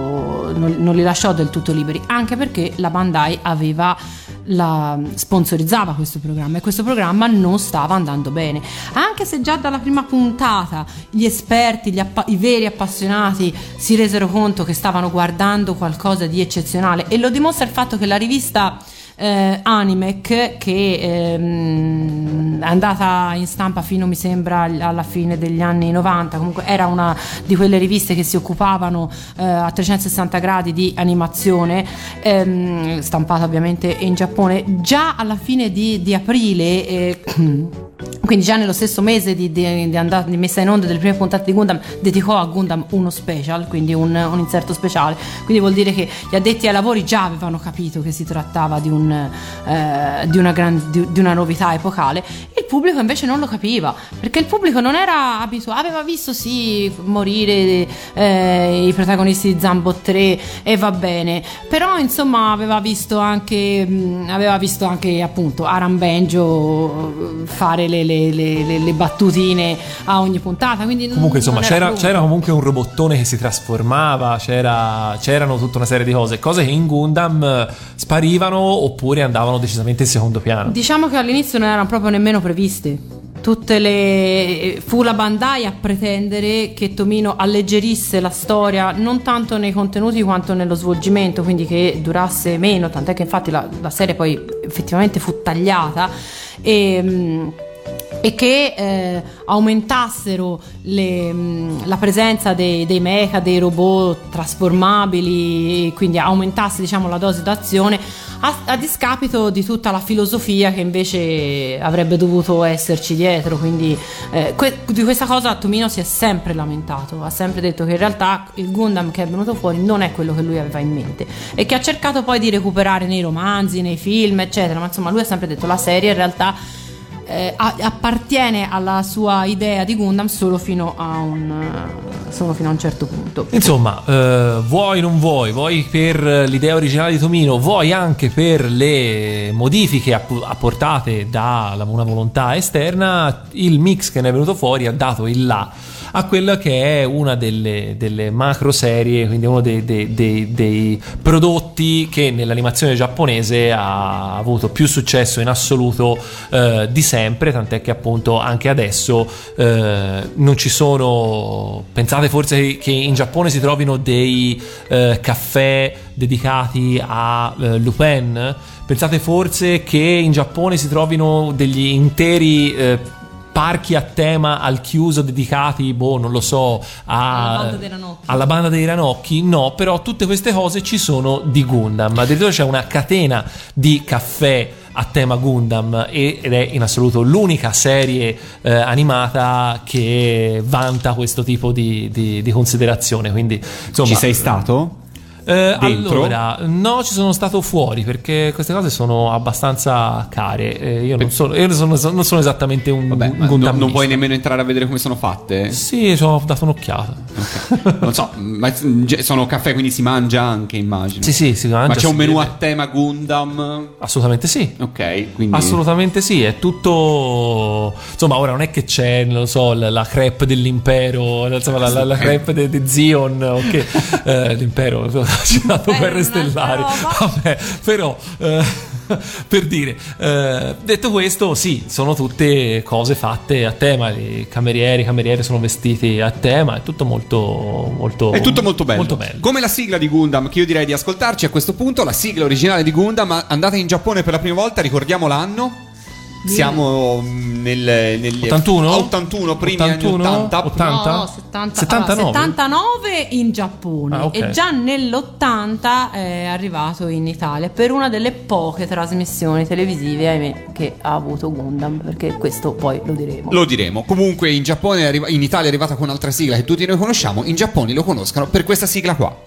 liberi, anche perché la Bandai sponsorizzava questo programma, e questo programma non stava andando bene, anche se già dalla prima puntata gli esperti, i veri appassionati si resero conto che stavano guardando qualcosa di eccezionale, e lo dimostra il fatto che la rivista Animec, che è andata in stampa fino, mi sembra, alla fine degli anni 90, comunque era una di quelle riviste che si occupavano a 360 gradi di animazione, stampata ovviamente in Giappone, già alla fine di aprile, quindi già nello stesso mese di messa in onda delle prime puntate di Gundam, dedicò a Gundam uno special, quindi un inserto speciale, quindi vuol dire che gli addetti ai lavori già avevano capito che si trattava di una novità epocale. Il pubblico invece non lo capiva, perché il pubblico non era abituato, aveva visto sì morire i protagonisti di Zambo 3 e va bene, però insomma aveva visto anche appunto Aram Benjo fare le battutine a ogni puntata, quindi comunque insomma c'era comunque un robottone che si trasformava, c'erano tutta una serie di cose che in Gundam sparivano oppure andavano decisamente in secondo piano. Diciamo che all'inizio non erano proprio nemmeno previste. Fu la Bandai a pretendere che Tomino alleggerisse la storia, non tanto nei contenuti quanto nello svolgimento, quindi che durasse meno, tant'è che infatti la serie poi effettivamente fu tagliata, e che aumentassero la presenza dei mecha, dei robot trasformabili, quindi aumentasse, diciamo, la dose d'azione a discapito di tutta la filosofia che invece avrebbe dovuto esserci dietro. Quindi di questa cosa Tomino si è sempre lamentato, ha sempre detto che in realtà il Gundam che è venuto fuori non è quello che lui aveva in mente, e che ha cercato poi di recuperare nei romanzi, nei film eccetera, ma insomma lui ha sempre detto la serie in realtà appartiene alla sua idea di Gundam solo fino a un sono fino a un certo punto. Insomma, vuoi non vuoi per l'idea originale di Tomino, vuoi anche per le modifiche apportate da una volontà esterna, il mix che ne è venuto fuori ha dato il là a quella che è una delle macro serie, quindi uno dei prodotti che nell'animazione giapponese ha avuto più successo in assoluto di sempre, tant'è che appunto anche adesso non ci sono, pensate forse che in Giappone si trovino dei caffè dedicati a Lupin, pensate forse che in Giappone si trovino degli interi parchi a tema al chiuso dedicati, non lo so, alla banda dei Ranocchi. No, però tutte queste cose ci sono di Gundam. Addirittura c'è una catena di caffè a tema Gundam ed è in assoluto l'unica serie animata che vanta questo tipo di considerazione. Quindi, insomma, ci sei stato? Allora, no, ci sono stato fuori perché queste cose sono abbastanza care. Io non sono esattamente un Gundamista. Non puoi nemmeno entrare a vedere come sono fatte? Sì, ci ho dato un'occhiata. Okay. Non so, ma sono caffè, quindi si mangia anche, immagino. Sì, si mangia. Ma c'è un menù vede. a tema Gundam? Assolutamente sì. Ok, quindi assolutamente sì, è tutto. Insomma, ora non è che c'è, non lo so, la crepe dell'impero, insomma, la crepe di Zion, ok, l'impero. Ci ha dato guerre stellari, vabbè, però per dire, detto questo, sì, sono tutte cose fatte a tema. I cameriere sono vestiti a tema, è tutto molto è tutto molto bello. Come la sigla di Gundam, che io direi di ascoltarci a questo punto, la sigla originale di Gundam, andata in Giappone per la prima volta, ricordiamo l'anno. Siamo negli 81, primi 81, anni 80. 80? No, 79 in Giappone, okay. E già nell'80 è arrivato in Italia per una delle poche trasmissioni televisive, ahimè, che ha avuto Gundam, perché questo poi lo diremo. Comunque in Giappone in Italia è arrivata con un'altra sigla che tutti noi conosciamo, in Giappone lo conoscono per questa sigla qua.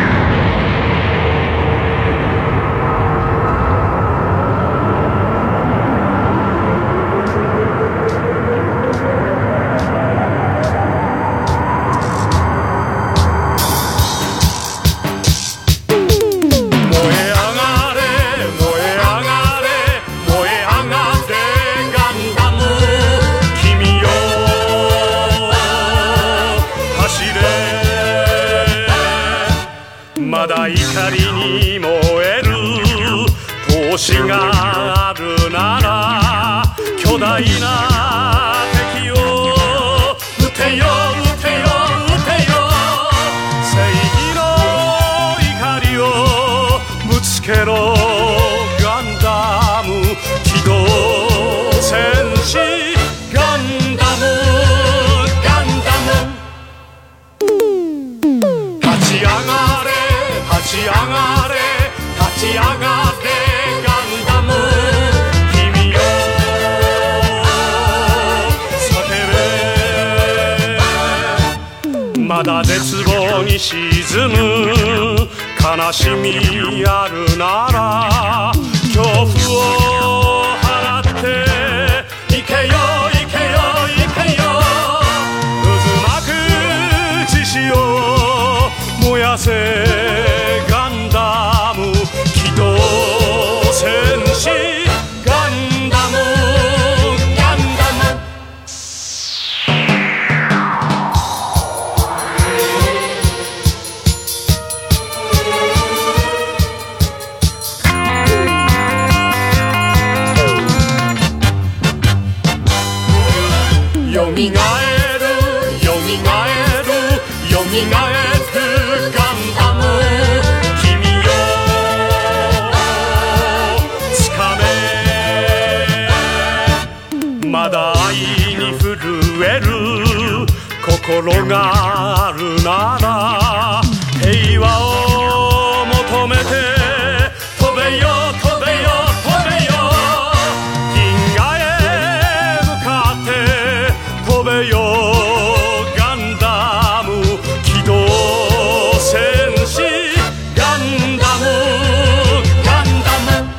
星があるなら巨大な敵を撃てよ撃てよ撃てよ正義の怒りをぶつけろガンダム機動戦士ガンダムガンダム立ち上がれ立ち上がれ立ち上がれまだ絶望に沈む悲しみあるなら恐怖を払っていけよいけよいけよ渦巻く獅子を燃やせガンダム機動戦士ガンダムガンダムよみがえるよみがえるよみがえるガンダム君よつかめまだ愛に震える心があるなら平和を求めて飛べよ飛べよ飛べよ銀河へ向かって飛べよガンダム機動戦士ガンダムガンダム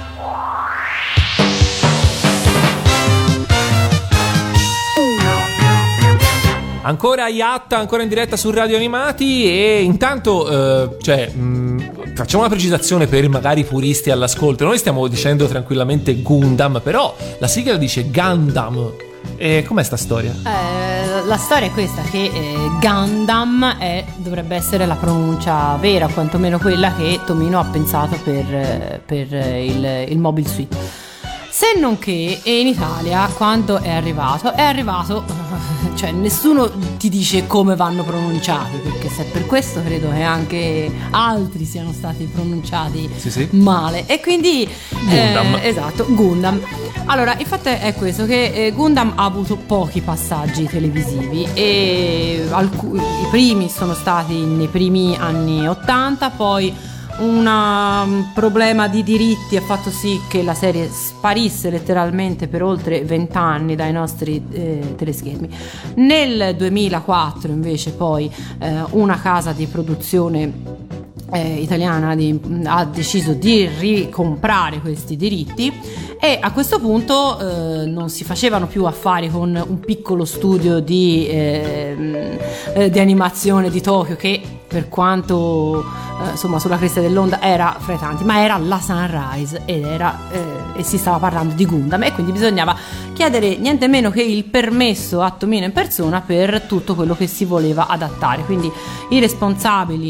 Ancora Yatta, ancora in diretta su Radio Animati. E intanto facciamo una precisazione per magari puristi all'ascolto. Noi stiamo dicendo tranquillamente Gundam, però la sigla dice Gundam. E com'è sta storia? La storia è questa, che Gundam dovrebbe essere la pronuncia vera, quantomeno quella che Tomino ha pensato per il Mobile Suit. Se non che in Italia, quando è arrivato, cioè nessuno ti dice come vanno pronunciati, perché se è per questo credo che anche altri siano stati pronunciati male. E quindi Gundam. Esatto, Gundam. Allora, il fatto è questo, che Gundam ha avuto pochi passaggi televisivi e i primi sono stati nei primi anni 80, poi un problema di diritti ha fatto sì che la serie sparisse letteralmente per oltre 20 anni dai nostri teleschermi. Nel 2004 invece poi una casa di produzione italiana ha deciso di ricomprare questi diritti, e a questo punto non si facevano più affari con un piccolo studio di animazione di Tokyo, che per quanto insomma sulla cresta dell'onda era fra i tanti, ma era la Sunrise e si stava parlando di Gundam, e quindi bisognava chiedere niente meno che il permesso a Tomino in persona per tutto quello che si voleva adattare. Quindi i responsabili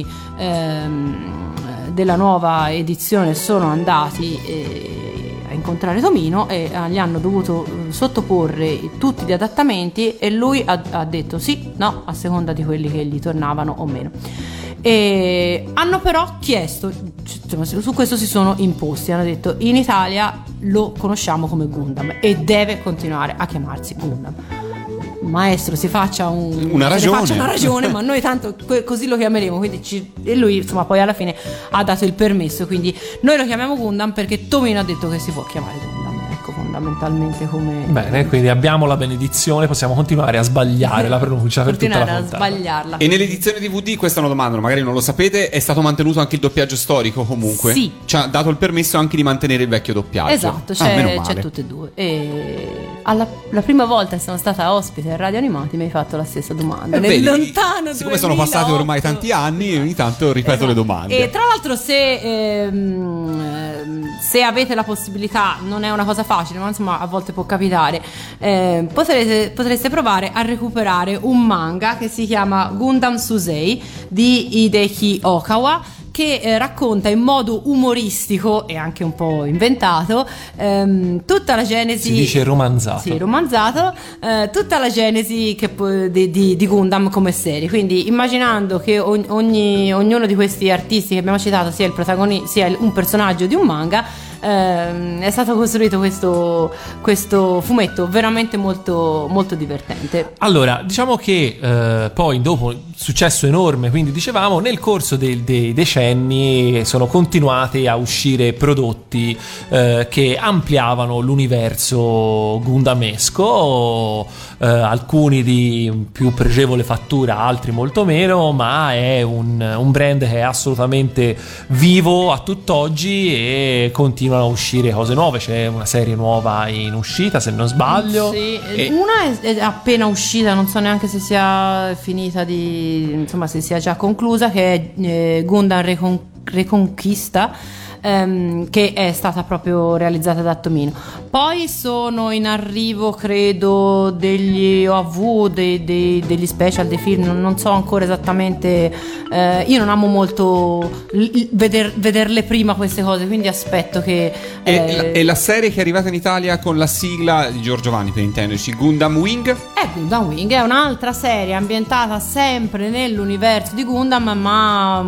della nuova edizione sono andati a incontrare Tomino e gli hanno dovuto sottoporre tutti gli adattamenti, e lui ha detto sì, no, a seconda di quelli che gli tornavano o meno. E hanno però chiesto, su questo si sono imposti, hanno detto: in Italia lo conosciamo come Gundam e deve continuare a chiamarsi Gundam. Maestro, si faccia una ragione, ma noi tanto così lo chiameremo. Quindi e lui insomma poi alla fine ha dato il permesso, quindi noi lo chiamiamo Gundam perché Tomino ha detto che si può chiamare Gundam, ecco, fondamentalmente come. Bene, quindi abbiamo la benedizione, possiamo continuare a sbagliare la pronuncia per tutta la puntata. Continuare a sbagliarla. E nell'edizione DVD, questa è una domanda, magari non lo sapete, è stato mantenuto anche il doppiaggio storico comunque? Sì. Ci ha dato il permesso anche di mantenere il vecchio doppiaggio. Esatto, c'è tutte e due. E la prima volta che sono stata ospite a Radio Animati mi hai fatto la stessa domanda. Nel lontano 2008. Siccome sono passati ormai tanti anni, ogni tanto ripeto le domande. E tra l'altro se avete la possibilità, non è una cosa facile, ma insomma a volte può capitare, potreste provare a recuperare un manga che si chiama Gundam Susei di Hideki Okawa, che racconta in modo umoristico e anche un po' inventato tutta la genesi. Si dice romanzato. Sì, romanzato, tutta la genesi di Gundam come serie. Quindi immaginando che ognuno di questi artisti che abbiamo citato sia il protagonista, sia un personaggio di un manga, è stato costruito questo fumetto veramente molto, molto divertente. Allora, diciamo che poi dopo successo enorme, quindi dicevamo, nel corso dei decenni sono continuati a uscire prodotti che ampliavano l'universo gundamesco, alcuni di più pregevole fattura, altri molto meno, ma è un brand che è assolutamente vivo a tutt'oggi e continuano a uscire cose nuove. C'è una serie nuova in uscita, se non sbaglio. Sì, una è appena uscita, non so neanche se sia finita insomma se sia già conclusa, che è Gundam Reconquista, che è stata proprio realizzata da Tomino. Poi sono in arrivo, credo, degli OAV, degli special, dei film, non so ancora esattamente. Io non amo molto vederle prima queste cose, quindi aspetto che. E la serie che è arrivata in Italia con la sigla di Giorgio Vanni, per intenderci, Gundam Wing? Gundam Wing è un'altra serie ambientata sempre nell'universo di Gundam, ma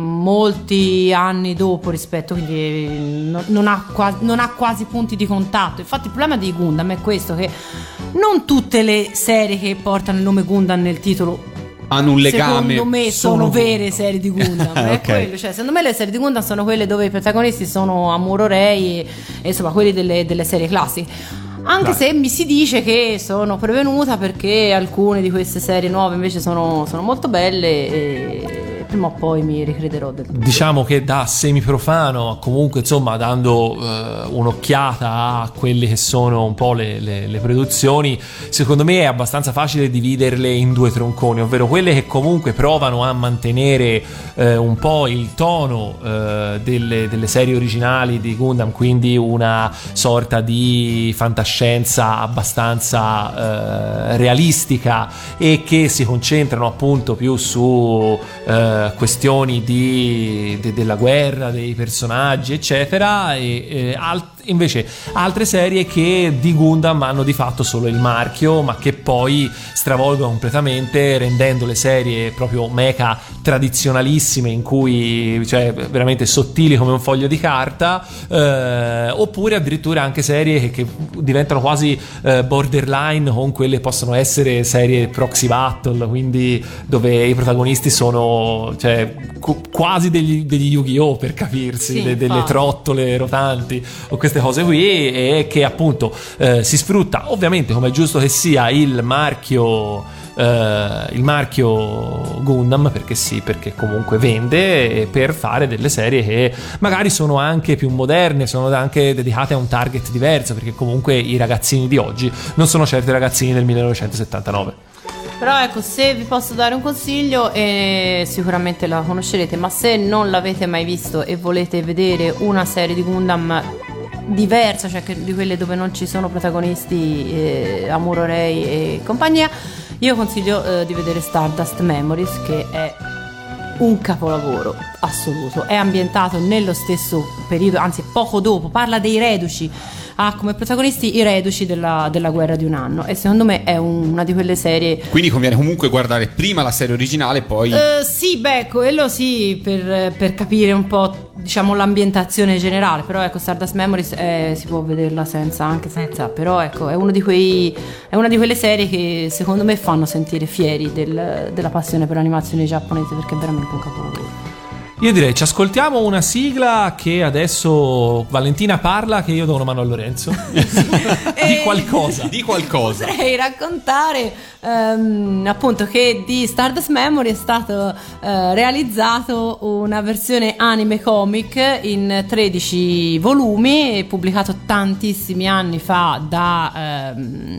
molti anni dopo rispetto, quindi non ha quasi punti di contatto. Infatti il problema di Gundam è questo, che non tutte le serie che portano il nome Gundam nel titolo hanno un legame, secondo me sono vere serie di Gundam. Okay. È quello, cioè, secondo me le serie di Gundam sono quelle dove i protagonisti sono Amuro Rei e insomma quelli delle serie classiche. Anche se mi si dice che sono prevenuta perché alcune di queste serie nuove invece sono molto belle e prima o poi mi ricrederò del tutto. Diciamo che da semiprofano, comunque insomma dando un'occhiata a quelle che sono un po' le produzioni, secondo me è abbastanza facile dividerle in due tronconi, ovvero quelle che comunque provano a mantenere un po' il tono delle serie originali di Gundam, quindi una sorta di fantascienza abbastanza realistica e che si concentrano appunto più su questioni della guerra, dei personaggi eccetera, e invece altre serie che di Gundam hanno di fatto solo il marchio, ma che poi stravolgono completamente, rendendo le serie proprio mecha tradizionalissime, in cui cioè veramente sottili come un foglio di carta, oppure addirittura anche serie che diventano quasi borderline con quelle che possono essere serie proxy battle, quindi dove i protagonisti sono cioè quasi degli Yu-Gi-Oh, per capirsi, Sì, delle trottole rotanti o queste cose qui, e che appunto si sfrutta ovviamente, come è giusto che sia, il marchio Gundam, perché sì, perché comunque vende, per fare delle serie che magari sono anche più moderne, sono anche dedicate a un target diverso, perché comunque i ragazzini di oggi non sono certo i ragazzini del 1979. Però ecco, se vi posso dare un consiglio, sicuramente la conoscerete, ma se non l'avete mai visto e volete vedere una serie di Gundam diversa, cioè di quelle dove non ci sono protagonisti Amuro Rei e compagnia, io consiglio di vedere Stardust Memories, che è un capolavoro assoluto. È ambientato nello stesso periodo, anzi poco dopo, parla dei reduci, ha come protagonisti i reduci della guerra di un anno, e secondo me è una di quelle serie. Quindi conviene comunque guardare prima la serie originale e poi sì, beh, quello sì, per capire un po', diciamo, l'ambientazione generale. Però ecco, Stardust Memories si può vederla anche senza, però ecco, è una di quelle serie che secondo me fanno sentire fieri della passione per l'animazione giapponese, perché è veramente un capolavoro. Io direi ci ascoltiamo una sigla, che adesso Valentina parla, che io do una mano a Lorenzo. Di qualcosa. Potrei raccontare appunto che di Stardust Memory è stato realizzato una versione anime comic in 13 volumi, pubblicato tantissimi anni fa da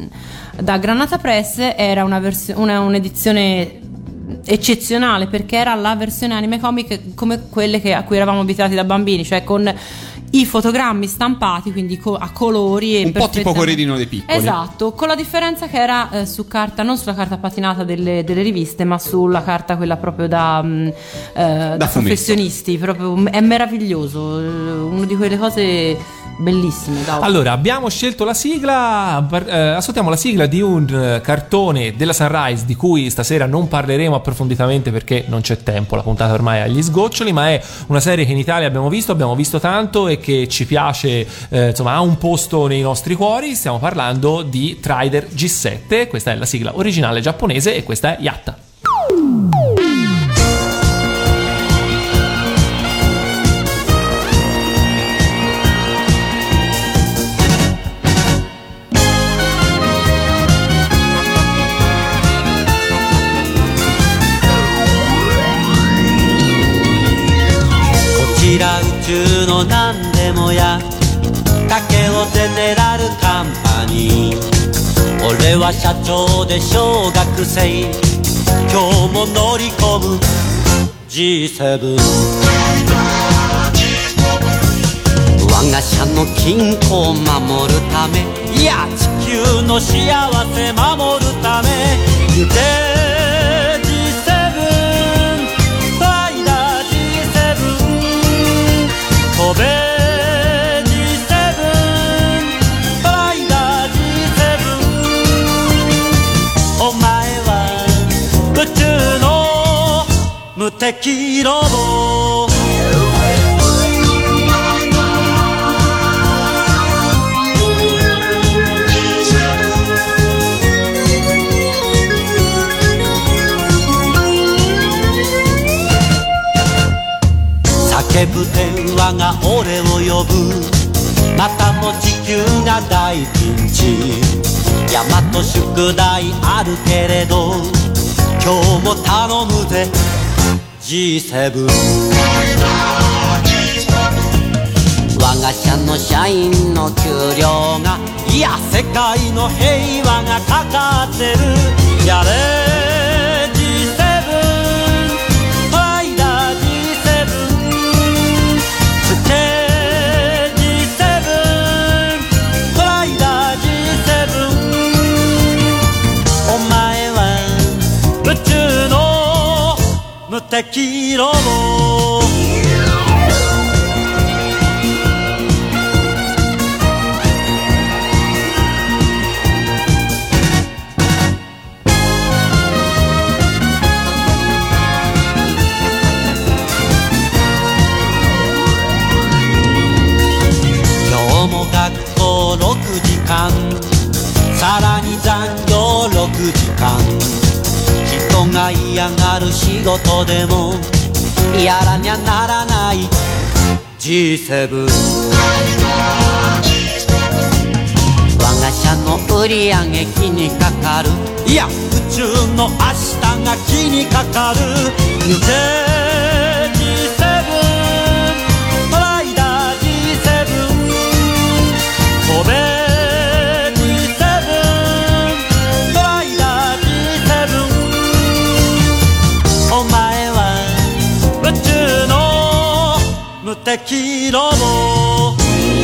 Granata Press. Era un'edizione eccezionale, perché era la versione anime comic come quelle a cui eravamo abituati da bambini, cioè con i fotogrammi stampati, quindi a colori e un po' tipo Corredino dei Piccoli. Esatto, con la differenza che era su carta, non sulla carta patinata delle riviste, ma sulla carta quella proprio da professionisti. Proprio è meraviglioso, una di quelle cose bellissime. Allora, abbiamo scelto la sigla, ascoltiamo la sigla di un cartone della Sunrise di cui stasera non parleremo approfonditamente perché non c'è tempo, la puntata ormai è agli sgoccioli, ma è una serie che in Italia abbiamo visto tanto e che ci piace, insomma ha un posto nei nostri cuori. Stiamo parlando di Trider G7, questa è la sigla originale giapponese e questa è Yatta. 宇宙の何でもや竹をゼネラルカンパニー俺は社長で小学生今日も乗り込む G7 我が社の均衡を守るためいや地球の幸せ守るため行け飛べ G7 トライダー G7 お前は宇宙の無敵ロボ叫ぶ電話が俺を呼ぶまたも地球が大ピンチ大和宿題あるけれど今日も頼むぜ G7 G7 我が社の社員の給料がいや世界の平和がかかってるやれ G7 トライだ G7 ステージ7トライだ G7 お前は宇宙の無敵ロボ6時間さらに残業6時間人が嫌がる仕事でもやらにゃならない G7 我が社の売り上げ気にかかるいや宇宙の明日が気にかかる言うて G7 トライだ G7飛べ G7 トライだ G7 お前は宇宙の無敵ロボ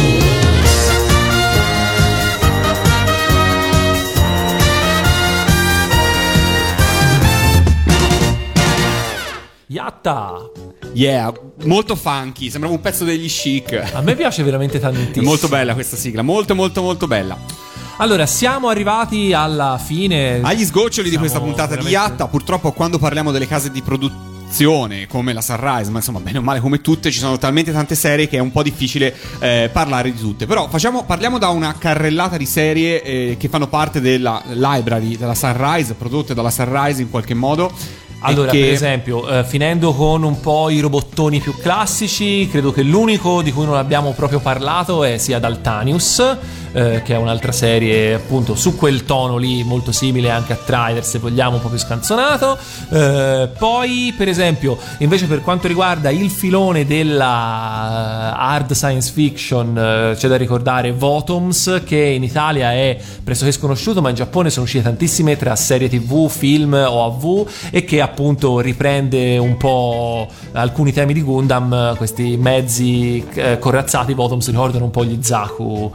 Yatta! Yeah, molto funky, sembrava un pezzo degli Chic. A me piace veramente tantissimo. È molto bella questa sigla, molto molto molto bella. Allora, siamo arrivati alla fine. Agli sgoccioli di questa puntata veramente... di Yatta. Purtroppo quando parliamo delle case di produzione come la Sunrise, ma insomma bene o male come tutte, ci sono talmente tante serie che è un po' difficile parlare di tutte. Però parliamo da una carrellata di serie che fanno parte della library della Sunrise, prodotte dalla Sunrise in qualche modo. Allora, per esempio, finendo con un po' i robottoni più classici, credo che l'unico di cui non abbiamo proprio parlato sia Daltanius, che è un'altra serie appunto su quel tono lì, molto simile anche a Trider, se vogliamo, un po' più scanzonato. Poi, per esempio, invece per quanto riguarda il filone della hard science fiction, c'è da ricordare Votoms, che in Italia è pressoché sconosciuto, ma in Giappone sono uscite tantissime tra serie TV, film o AV, e che appunto riprende un po' alcuni temi di Gundam. Questi mezzi corazzati Votoms ricordano un po' gli Zaku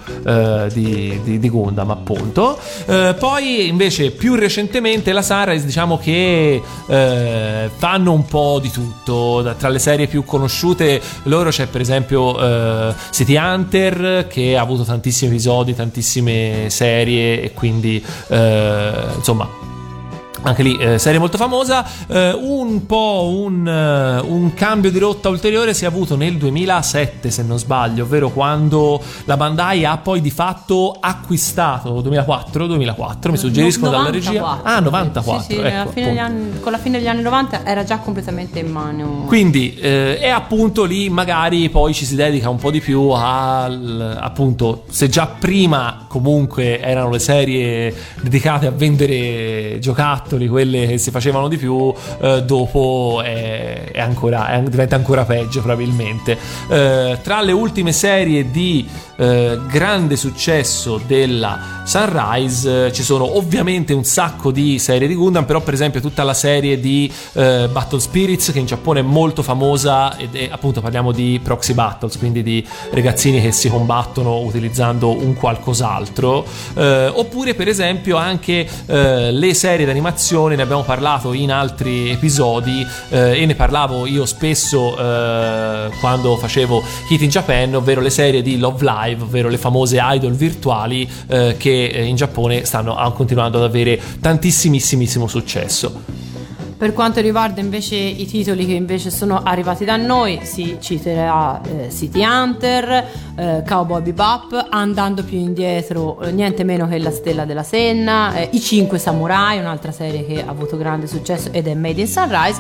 di Gundam, appunto. Poi invece più recentemente la Sunrise, diciamo che fanno un po' di tutto. Tra le serie più conosciute loro c'è per esempio City Hunter, che ha avuto tantissimi episodi, tantissime serie, e quindi insomma anche lì serie molto famosa. Un po' un cambio di rotta ulteriore si è avuto nel 2007, se non sbaglio, ovvero quando la Bandai ha poi di fatto acquistato 2004 mi suggeriscono dalla regia. 94, sì, ecco, con la fine degli anni 90 era già completamente in mano. Quindi è appunto lì magari poi ci si dedica un po' di più appunto, se già prima comunque erano le serie dedicate a vendere giocattoli, quelle che si facevano di più, dopo diventa ancora peggio probabilmente. Tra le ultime serie di grande successo della Sunrise ci sono ovviamente un sacco di serie di Gundam, però per esempio tutta la serie di Battle Spirits, che in Giappone è molto famosa, ed è appunto, parliamo di proxy battles, quindi di ragazzini che si combattono utilizzando un qualcos'altro. Oppure per esempio anche le serie d'animazione, ne abbiamo parlato in altri episodi, e ne parlavo io spesso quando facevo Hit in Japan, ovvero le serie di Love Live, ovvero le famose idol virtuali che in Giappone stanno continuando ad avere tantissimissimo successo. Per quanto riguarda invece i titoli che invece sono arrivati da noi, si citerà City Hunter, Cowboy Bebop, andando più indietro niente meno che La Stella della Senna, I Cinque Samurai, un'altra serie che ha avuto grande successo ed è Made in Sunrise,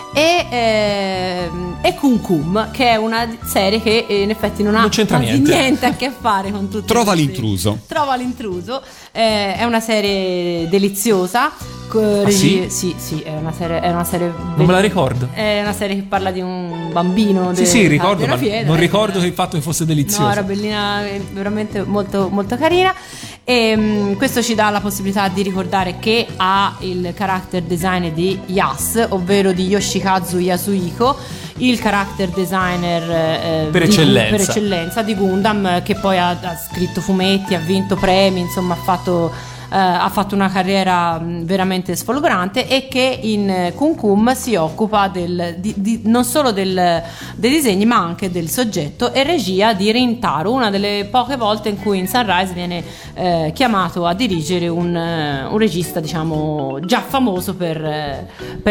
e Kun Kum, che è una serie che in effetti non ha niente a che fare con tutte Trova l'intruso. Trova l'intruso, è una serie deliziosa. Sì? Sì, è una una serie Non me la ricordo. È una serie che parla di un bambino. Sì, ricordo, della ma pietra. non ricordo che il fatto che fosse delizioso. No, era bellina, veramente molto, molto carina. E questo ci dà la possibilità di ricordare che ha il character design di Yas, ovvero di Yoshikazu Yasuhiko, il character designer per eccellenza di Gundam, che poi ha scritto fumetti, ha vinto premi, insomma ha fatto una carriera veramente sfolgorante, e che in Kum Kum si occupa non solo dei disegni ma anche del soggetto e regia di Rintaro, una delle poche volte in cui in Sunrise viene chiamato a dirigere un regista, diciamo, già famoso per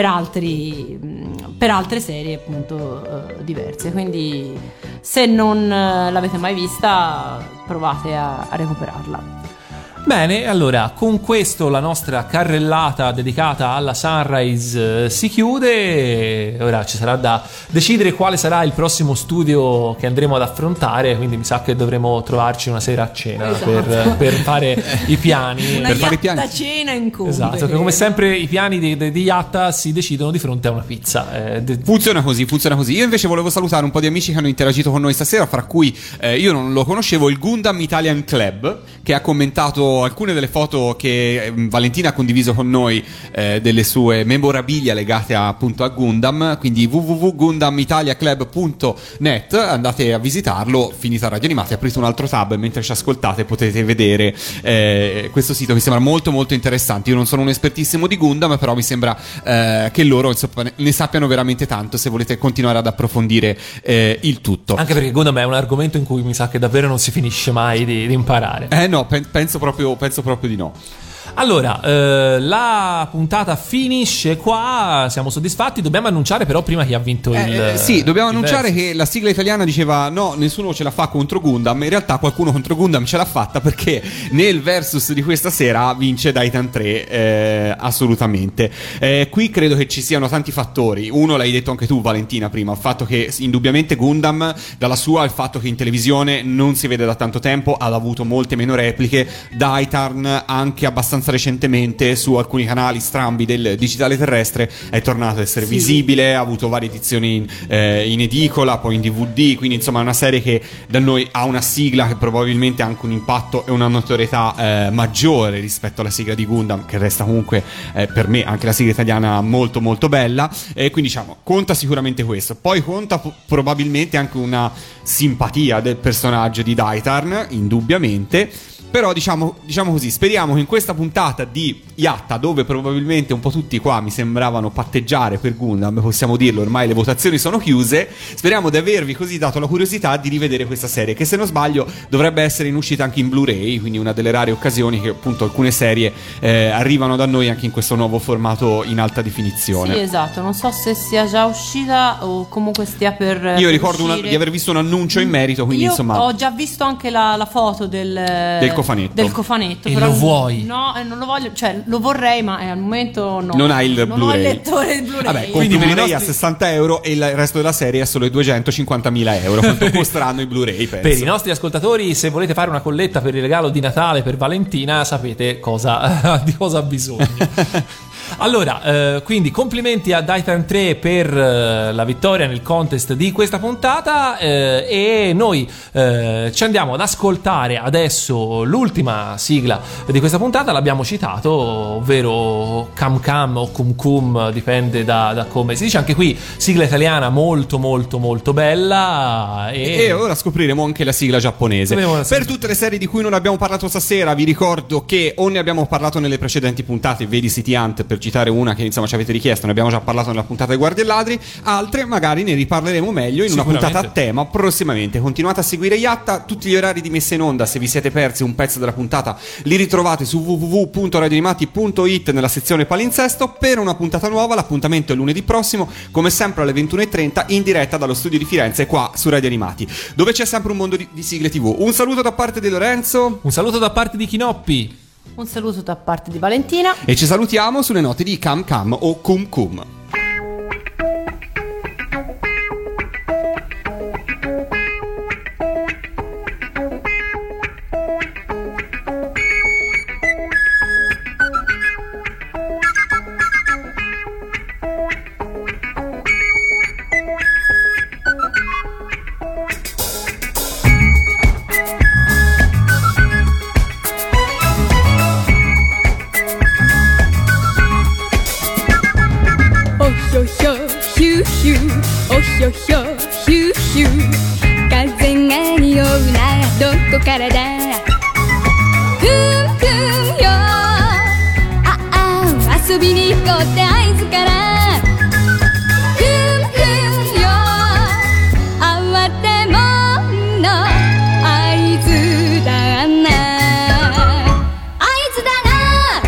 altre serie appunto diverse. Quindi se non l'avete mai vista, provate a recuperarla. Bene, allora con questo la nostra carrellata dedicata alla Sunrise si chiude. Ora ci sarà da decidere quale sarà il prossimo studio che andremo ad affrontare, quindi mi sa che dovremo trovarci una sera a cena, esatto, per fare i piani. Una yatta cena in Kum. Esatto, che come sempre i piani di Yatta si decidono di fronte a una pizza. Funziona così. Io invece volevo salutare un po' di amici che hanno interagito con noi stasera, fra cui io non lo conoscevo, il Gundam Italian Club, che ha commentato alcune delle foto che Valentina ha condiviso con noi, delle sue memorabilia legate appunto a Gundam. Quindi www.gundamitaliaclub.net, andate a visitarlo. Finita Radio Animati, aprite un altro tab e mentre ci ascoltate potete vedere questo sito. Mi sembra molto molto interessante. Io non sono un espertissimo di Gundam, però mi sembra che loro insomma, ne sappiano veramente tanto, se volete continuare ad approfondire il tutto. Anche perché Gundam è un argomento in cui mi sa che davvero non si finisce mai di imparare. No, penso proprio di no. Allora, la puntata finisce qua, siamo soddisfatti. Dobbiamo annunciare però prima chi ha vinto sì, dobbiamo annunciare versus. che la sigla italiana diceva no, nessuno ce la fa contro Gundam. In realtà qualcuno contro Gundam ce l'ha fatta, perché nel versus di questa sera vince Daitan 3, assolutamente. Qui credo che ci siano tanti fattori. Uno l'hai detto anche tu, Valentina, prima, il fatto che indubbiamente Gundam, dalla sua, il fatto che in televisione non si vede da tanto tempo, ha avuto molte meno repliche. Daitan anche abbastanza recentemente su alcuni canali strambi del digitale terrestre è tornato ad essere visibile, ha avuto varie edizioni in edicola, poi in DVD, quindi insomma è una serie che da noi ha una sigla che probabilmente ha anche un impatto e una notorietà maggiore rispetto alla sigla di Gundam, che resta comunque per me anche la sigla italiana molto molto bella, e quindi diciamo conta sicuramente questo. Poi conta probabilmente anche una simpatia del personaggio di Daitan, indubbiamente. Però diciamo così, speriamo che in questa puntata di Yatta, dove probabilmente un po' tutti qua mi sembravano patteggiare per Gundam, possiamo dirlo, ormai le votazioni sono chiuse, speriamo di avervi così dato la curiosità di rivedere questa serie, che se non sbaglio dovrebbe essere in uscita anche in Blu-ray, quindi una delle rare occasioni che appunto alcune serie arrivano da noi anche in questo nuovo formato in alta definizione. Sì, esatto, non so se sia già uscita o comunque stia per Io ricordo uscire. di aver visto un annuncio in merito, quindi Io insomma ho già visto anche la foto del cofanetto. E però lo vuoi? No, non lo voglio, cioè lo vorrei, ma al momento no. Non hai il non Blu-ray. ho il lettore del Blu-ray. Vabbè, quindi Blu-ray a 60 euro e il resto della serie è solo 250.000 euro. Quanto costeranno i Blu-ray, penso. Per i nostri ascoltatori, se volete fare una colletta per il regalo di Natale per Valentina, sapete di cosa ha bisogno. Allora, quindi complimenti a Daitan 3 per la vittoria nel contest di questa puntata, e noi ci andiamo ad ascoltare adesso l'ultima sigla di questa puntata. L'abbiamo citato, ovvero Cam Cam o Kum Kum, dipende da come si dice. Anche qui sigla italiana molto molto molto bella, e ora scopriremo anche la sigla giapponese. Per tutte le serie di cui non abbiamo parlato stasera, vi ricordo che o ne abbiamo parlato nelle precedenti puntate, vedi City Hunt per citare una che insomma ci avete richiesto, ne abbiamo già parlato nella puntata dei Guardie e Ladri, altre magari ne riparleremo meglio in una puntata a tema prossimamente. Continuate a seguire Yatta, tutti gli orari di messa in onda, se vi siete persi un pezzo della puntata li ritrovate su www.radioanimati.it nella sezione palinsesto. Per una puntata nuova l'appuntamento è lunedì prossimo, come sempre alle 21:30 in diretta dallo studio di Firenze, qua su Radio Animati, dove c'è sempre un mondo di sigle TV. Un saluto da parte di Lorenzo, un saluto da parte di Chinoppi, un saluto da parte di Valentina, e ci salutiamo sulle note di Cam Cam o Kum Kum. ューヒューおひょひょヒューヒュー風が匂うなどこからだふんふんよああ遊びに行こうって合図からふんふんよ慌てもんの合図だな合図だな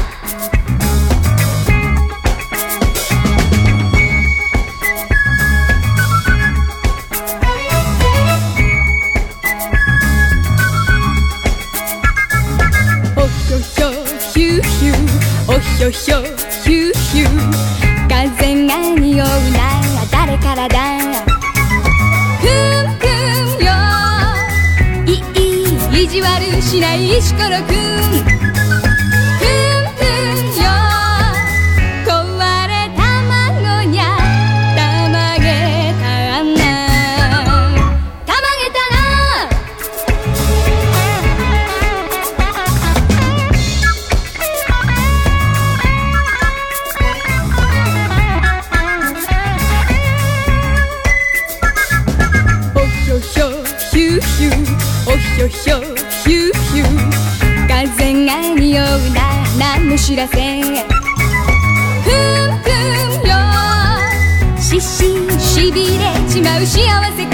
おひょひょヒューヒューおひょひょヒューヒュー風が匂うな誰からだふんふんよ意地悪しない石ころくんふんふんよ壊れた孫にゃたまげたなたまげたなおひょひょヒューヒューおひょひょヒューヒュー風が匂うな何の知らせふんふんよしびれちまう幸せ